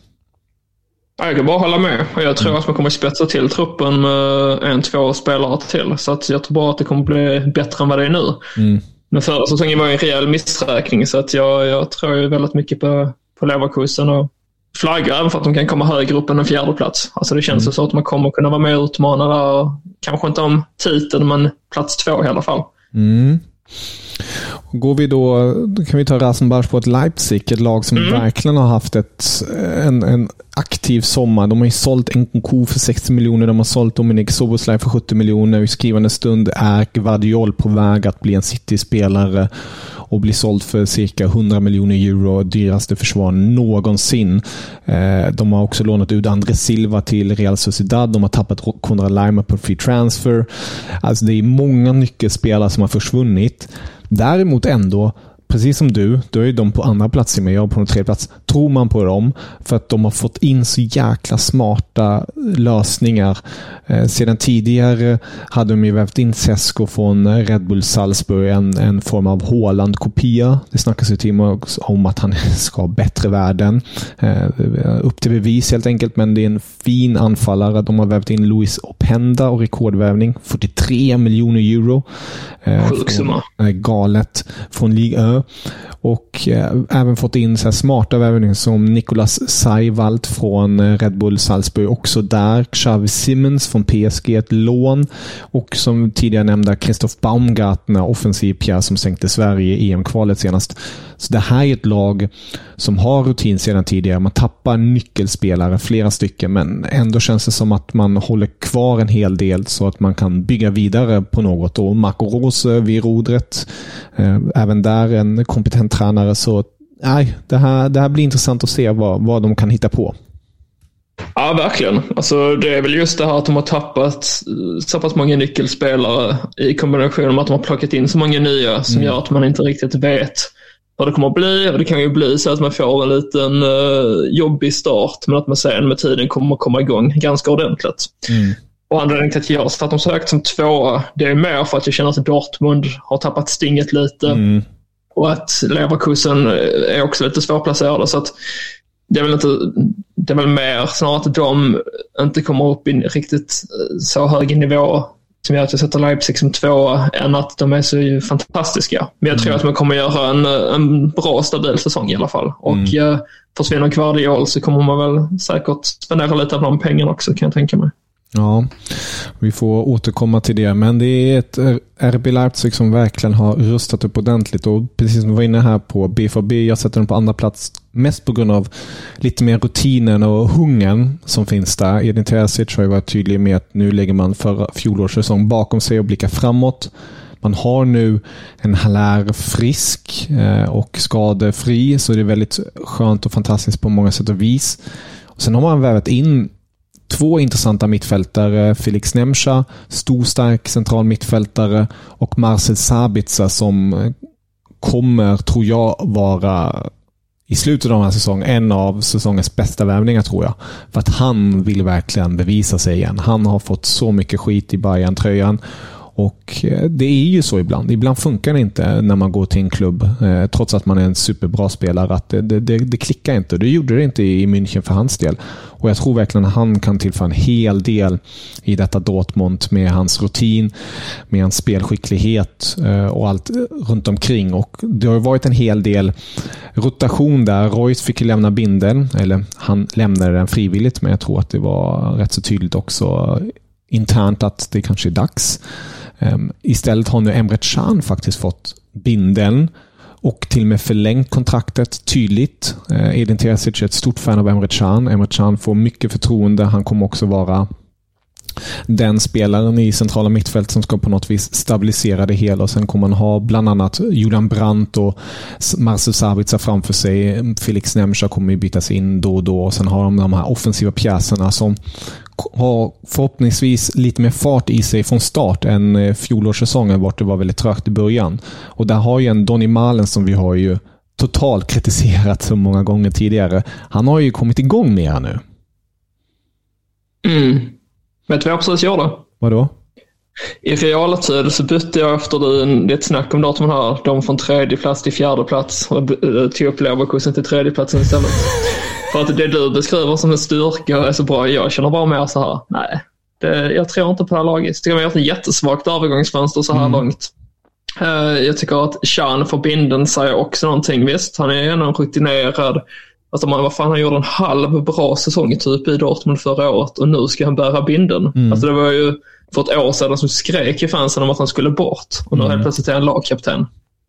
Jag kan bara hålla med. Och jag tror att man kommer spetsa till truppen med 1-2 spelare till. Så att jag tror bara att det kommer bli bättre än vad det är nu. Men förra säsongen var en rejäl missräkning. Så att jag tror ju väldigt mycket på Leverkusen och flaggar även för att de kan komma högre upp än en fjärde plats. Alltså det känns så att man kommer kunna vara med och utmana där. Och kanske inte om titeln, men plats 2 i alla fall. Går vi då kan vi ta Rasenballsport Leipzig, ett lag som verkligen har haft en aktiv sommar. De har ju sålt Nkunku för 60 miljoner, de har sålt Dominik Szoboszlai för 70 miljoner. I skrivande stund är Gvardiol på väg att bli en City-spelare och bli såld för cirka 100 miljoner euro, dyraste försvar någonsin. De har också lånat ut André Silva till Real Sociedad. De har tappat Konrad Laimer på free transfer. Alltså det är många nyckelspelare som har försvunnit. Däremot ändå, precis som du är ju de på andra plats med, jag på en tredje plats. Tror man på dem för att de har fått in så jäkla smarta lösningar. Sedan tidigare hade de ju vävt in Sesko från Red Bull Salzburg, en form av Haaland-kopia. Det snackas ju till om att han ska ha bättre värden. Upp till bevis helt enkelt, men det är en fin anfallare. De har vävt in Luis Openda och rekordvävning. 43 miljoner euro. Sjuksumma. Galet från Ligue 1. Och även fått in så här smarta värvningar som Nicolas Seiwald från Red Bull Salzburg, också där. Xavi Simons från PSG, ett lån. Och som tidigare nämnda Christoph Baumgartner, offensiv pjäs som sänkte Sverige i EM-kvalet senast. Så det här är ett lag som har rutin sedan tidigare. Man tappar nyckelspelare, flera stycken, men ändå känns det som att man håller kvar en hel del så att man kan bygga vidare på något. Och Marco Rose vid rodret, även där en kompetent tränare. Så nej, det här blir intressant att se vad de kan hitta på. Ja, verkligen. Alltså, det är väl just det här att de har tappat så pass många nyckelspelare i kombination med att de har plockat in så många nya som gör att man inte riktigt vet vad det kommer att bli. Och det kan ju bli så att man får en liten jobbig start, men att man sen med tiden kommer att komma igång ganska ordentligt. Och anledningen till att jag satt de sökt som 2, det är mer för att jag känner att Dortmund har tappat stinget lite. Och att Leverkusen är också lite svårplacerade, så att det är väl mer snarare att de inte kommer upp i riktigt så hög nivå som gör att jag sätter Leipzig som 2 än att de är så fantastiska. Men jag tror att man kommer göra en bra, stabil säsong i alla fall. Och försvinner Gvardiol så kommer man väl säkert spendera lite av de pengarna också, kan jag tänka mig. Ja, vi får återkomma till det. Men det är ett RB Leipzig som verkligen har rustat upp ordentligt. Och precis som vi var inne här på BVB, jag sätter den på andra plats mest på grund av lite mer rutinen och hungern som finns där. Edin Terzic har ju varit tydlig med att nu lägger man förra fjolårssäsong bakom sig och blickar framåt. Man har nu en Haller frisk och skadefri, så det är väldigt skönt och fantastiskt på många sätt och vis. Och sen har man vävat in 2 intressanta mittfältare, Felix Nemcha, stor stark central mittfältare, och Marcel Sabitzer som kommer, tror jag, vara i slutet av den här säsongen en av säsongens bästa värvningar, tror jag. För att han vill verkligen bevisa sig igen. Han har fått så mycket skit i Bayern-tröjan. Och det är ju så ibland. Ibland funkar det inte när man går till en klubb, trots att man är en superbra spelare, att det klickar inte. Det gjorde det inte i München för hans del. Och jag tror verkligen att han kan tillföra en hel del i detta Dortmund med hans rutin, med hans spelskicklighet och allt runt omkring. Och det har varit en hel del rotation där. Reus fick lämna bindeln, eller han lämnade den frivilligt, men jag tror att det var rätt så tydligt också internt att det kanske är dags. Istället har nu Emre Can faktiskt fått bindeln och till och med förlängt kontraktet tydligt. Edin Terzic är ett stort fan av Emre Can. Emre Can får mycket förtroende. Han kommer också vara den spelaren i centrala mittfält som ska på något vis stabilisera det hela, och sen kommer man ha bland annat Julian Brandt och Marcel Sabitzer framför sig. Felix Nemcha kommer ju bytas in då och då, och sen har de här offensiva pjäserna som har förhoppningsvis lite mer fart i sig från start än fjolårssäsongen, vart det var väldigt trögt i början. Och där har ju en Donny Malen som vi har ju totalt kritiserat så många gånger tidigare. Han har ju kommit igång mer nu. Vet du vad jag precis gjorde? Vadå? I realtid så bytte jag efter det ett snack om datum här. De från 3:e plats till 4:e plats och tog upp Leverkusen till 3:e platsen istället. För att det du beskriver som en styrka är så bra. Jag känner bara mer så här. Nej, jag tror inte på det här laget. Det har varit ett jättesvagt övergångsfönster så här långt. Jag tycker att Can för binden säger också någonting. Visst, han är en rutinerad. Alltså han gjorde en halv bra säsong typ i Dortmund förra året, och nu ska han bära binden. Alltså det var ju för ett år sedan som skrek i fansen om att han skulle bort, och nu helt plötsligt är han lagkapten.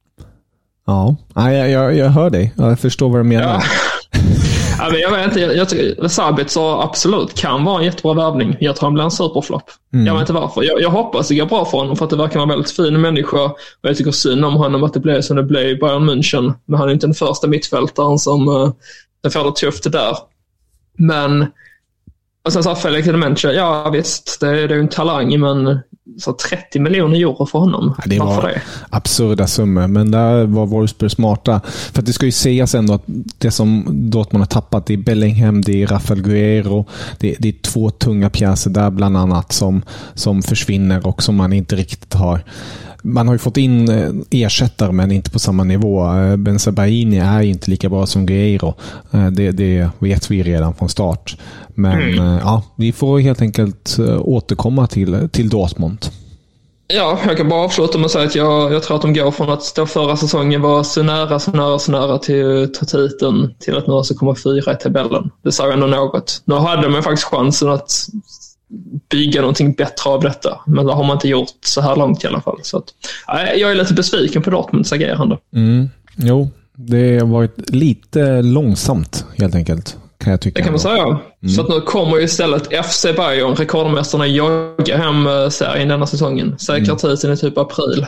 Ja, jag hör dig. Jag förstår vad du menar. Ja. Ja, men jag vet inte, jag tycker Sabitzer absolut kan vara en jättebra värvning. Jag tror han blir en superflopp. Jag vet inte varför. Jag hoppas det går bra för honom, för att det verkar vara en väldigt fin människa, och jag tycker synd om honom att det blev som det blev i Bayern München. Men han är inte den första mittfältaren som det får det tufft där. Men och sen sa Felix Nemcha, ja visst, det är en talang, men så 30 miljoner euro för honom. Ja, det var absurda summor, men där var Wolfsburg smarta. För att det ska ju sägas ändå att det som Dortmund har tappat, det är Bellingham, det är Rafael Guerrero, det är 2 tunga pjäser där bland annat som försvinner och som man inte riktigt har. Man har ju fått in ersättare, men inte på samma nivå. Bensebaini är inte lika bra som Guerrero. Det vet vi redan från start. Men ja, vi får helt enkelt återkomma till Dortmund. Ja, jag kan bara avsluta med att säga att jag tror att de går från att då förra säsongen var så nära till ta titeln, till att nu så kommer 4 i tabellen. Det sa ändå något. Nu hade man faktiskt chansen att bygga någonting bättre av detta, men det har man inte gjort så här långt i alla fall. Så att, jag är lite besviken på Dortmunds agerande. Jo, det har varit lite långsamt helt enkelt, kan jag tycka. Det kan man säga. Så att nu kommer ju istället FC Bayern, rekordmästarna, jaga hem serien denna säsongen. Säkra titeln i typ april.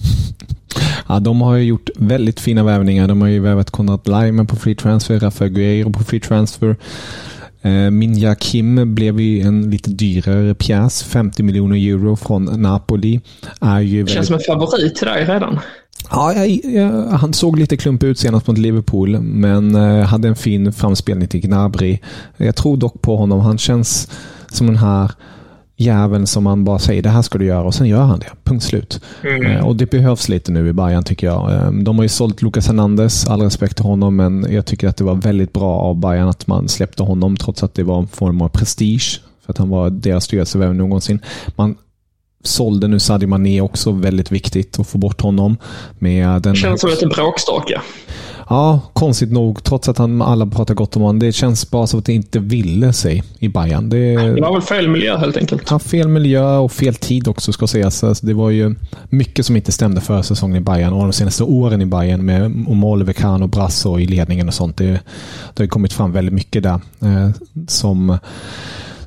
Ja, de har ju gjort väldigt fina vävningar. De har ju vävat Konrad Leimer på free transfer, Rafael Guerrero på free transfer. Minja Kim blev ju en lite dyrare pjäs, 50 miljoner euro från Napoli. Det känns som en favorit till dig redan. Ja, han såg lite klump ut senast mot Liverpool, men hade en fin framspelning till Gnabry. Jag tror dock på honom. Han känns som den här jäveln som man bara säger, det här ska du göra, och sen gör han det. Punkt slut. Och det behövs lite nu i Bayern, tycker jag. De har ju sålt Lucas Hernandez, all respekt till honom, men jag tycker att det var väldigt bra av Bayern att man släppte honom, trots att det var en form av prestige, för att han var deras styrelsevärvning någonsin. Man sålde nu Sadio Mané, också väldigt viktigt att få bort honom. Med den känns som en bråkstake. Ja, konstigt nog, trots att alla pratar gott om honom. Det känns bara som att det inte ville sig i Bayern. Det var väl fel miljö helt enkelt. Ja, fel miljö och fel tid också, ska sägas. Alltså, det var ju mycket som inte stämde för säsongen i Bayern, och de senaste åren i Bayern med Oliver Kahn och Brasso i ledningen och sånt. Det har kommit fram väldigt mycket där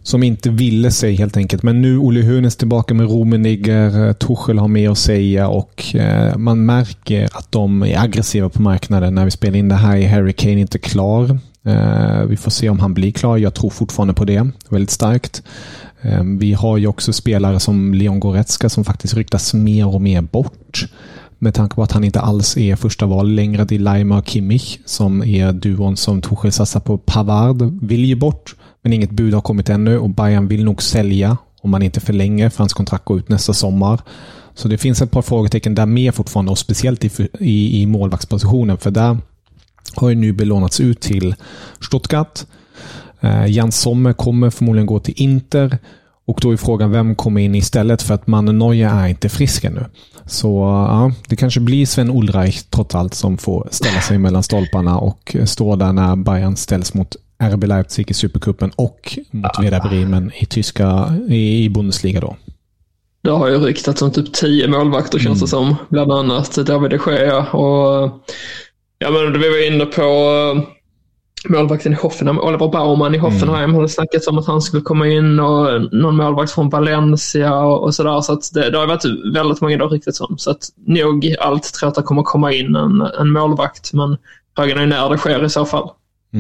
som inte ville sig helt enkelt. Men nu Uli Hoeneß tillbaka med Rummenigge, Tuchel har mer att säga och man märker att de är aggressiva på marknaden. När vi spelar in det här är Harry Kane inte klar. Vi får se om han blir klar. Jag tror fortfarande på det. Väldigt starkt. Vi har ju också spelare som Leon Goretzka som faktiskt ryktas mer och mer bort. Med tanke på att han inte alls är första val längre. Det är Laimer och Kimmich som är duon som Tuchel satsar på. Pavard vill ju bort, men inget bud har kommit ännu och Bayern vill nog sälja om man inte förlänger för hans kontrakt går ut nästa sommar. Så det finns ett par frågetecken där med fortfarande och speciellt i målvaktspositionen, för där har ju nu belånats ut till Stuttgart. Jan Sommer kommer förmodligen gå till Inter och då är frågan vem kommer in istället, för att Manuel Neuer är inte frisk ännu. Så ja, det kanske blir Sven Ulreich trots allt som får ställa sig mellan stolparna och stå där när Bayern ställs mot RB Leipzig i Supercupen och mot Werder Bremen i Bundesliga då. Det har ju ryktats om typ 10 målvakter känns det som, bland annat David de Gea och ja, men vi var inne på målvakten i Hoffenheim, Oliver Baumann i Hoffenheim hade snackat om att han skulle komma in och någon målvakt från Valencia och sådär, så att det har varit väldigt många dagar riktigt som, så att nog allt tror att det kommer komma in en målvakt, men frågan är när det sker i så fall.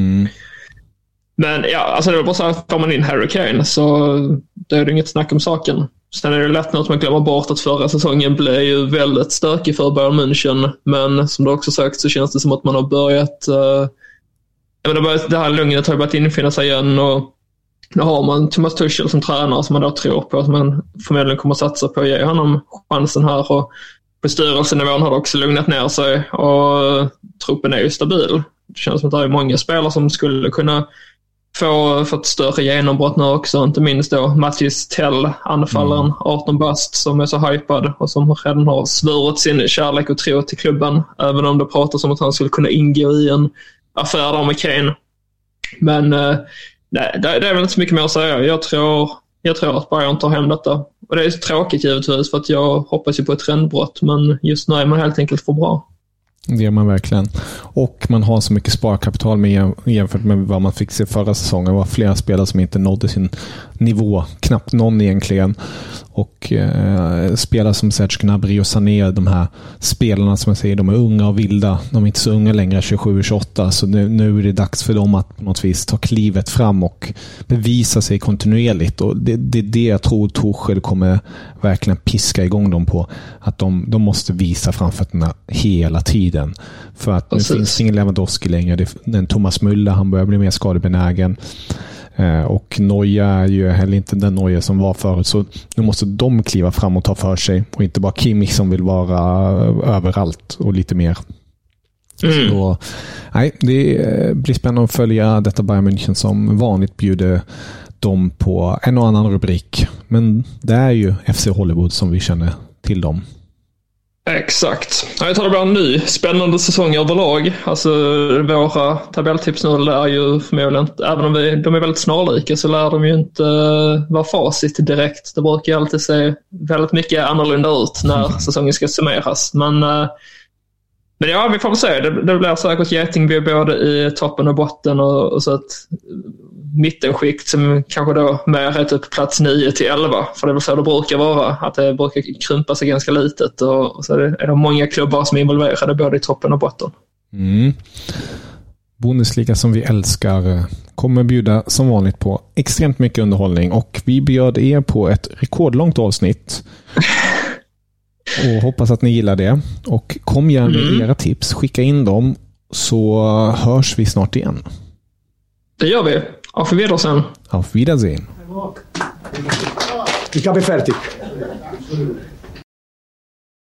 Men ja, alltså det var bara så att får man in Harry Kane så det är det inget snack om saken. Sen är det lätt att man glömmer bort att förra säsongen blev ju väldigt stökig för Bayern München, men som du också sagt så känns det som att man har börjat det här lugnet har börjat infinna sig igen och nu har man Thomas Tuchel som tränare som man då tror på att man förmodligen kommer satsa på att ge honom chansen här, och på styrelsenivån har det också lugnat ner sig och truppen är ju stabil. Det känns som att det är många spelare som skulle kunna få ett större genombrott nu också, inte minst då Matthias Tell, anfallaren 18 bast som är så hypad och som redan har svurit sin kärlek och tro till klubben, även om det pratas om att han skulle kunna ingå i en affär där med Kane. Men nej, det är väl inte så mycket mer att säga. Jag tror att Bayern tar hem detta. Och det är så tråkigt givetvis, för att jag hoppas ju på ett trendbrott, men just nu är man helt enkelt för bra. Det gör man verkligen. Och man har så mycket sparkapital jämfört med vad man fick se förra säsongen. Det var flera spelare som inte nådde sin nivå. Knappt någon egentligen. Och spelare som Serge Gnabry och Sané, de här spelarna som jag säger, de är unga och vilda. De är inte så unga längre, 27-28. Så nu är det dags för dem att på något vis ta klivet fram och bevisa sig kontinuerligt. Och det är det jag tror Tuchel kommer verkligen piska igång dem på. Att de måste visa framfötterna hela tiden. För att nu finns ingen Lewandowski längre. Den Thomas Müller, han börjar bli mer skadebenägen. Och Neuer är ju heller inte den Neuer som var förut, så nu måste de kliva fram och ta för sig och inte bara Kimmich som vill vara överallt och lite mer. Så, nej, det blir spännande att följa detta Bayern München som vanligt bjuder dem på en och annan rubrik, men det är ju FC Hollywood som vi känner till dem. Exakt. Jag tror det blir en ny spännande säsong överlag. Alltså våra tabelltips nu är ju förmodligen, även om de är väldigt snarlika, så lär de ju inte vara facit direkt. Det brukar ju alltid se väldigt mycket annorlunda ut när säsongen ska summeras. Men ja, vi får väl se. Det blir säkert Getingby både i toppen och botten och så ett mittenskikt som kanske då mer är typ plats 9 till 11. För det är väl så det brukar vara. Att det brukar krympa sig ganska litet. Och så är det många klubbar som är involverade både i toppen och botten. Bundesliga som vi älskar kommer bjuda som vanligt på extremt mycket underhållning. Och vi bjöd er på ett rekordlångt avsnitt. Och hoppas att ni gillar det. Och kom gärna med era tips. Skicka in dem så hörs vi snart igen. Det gör vi. Auf Wiedersehen. Auf Wiedersehen. Ich habe fertig.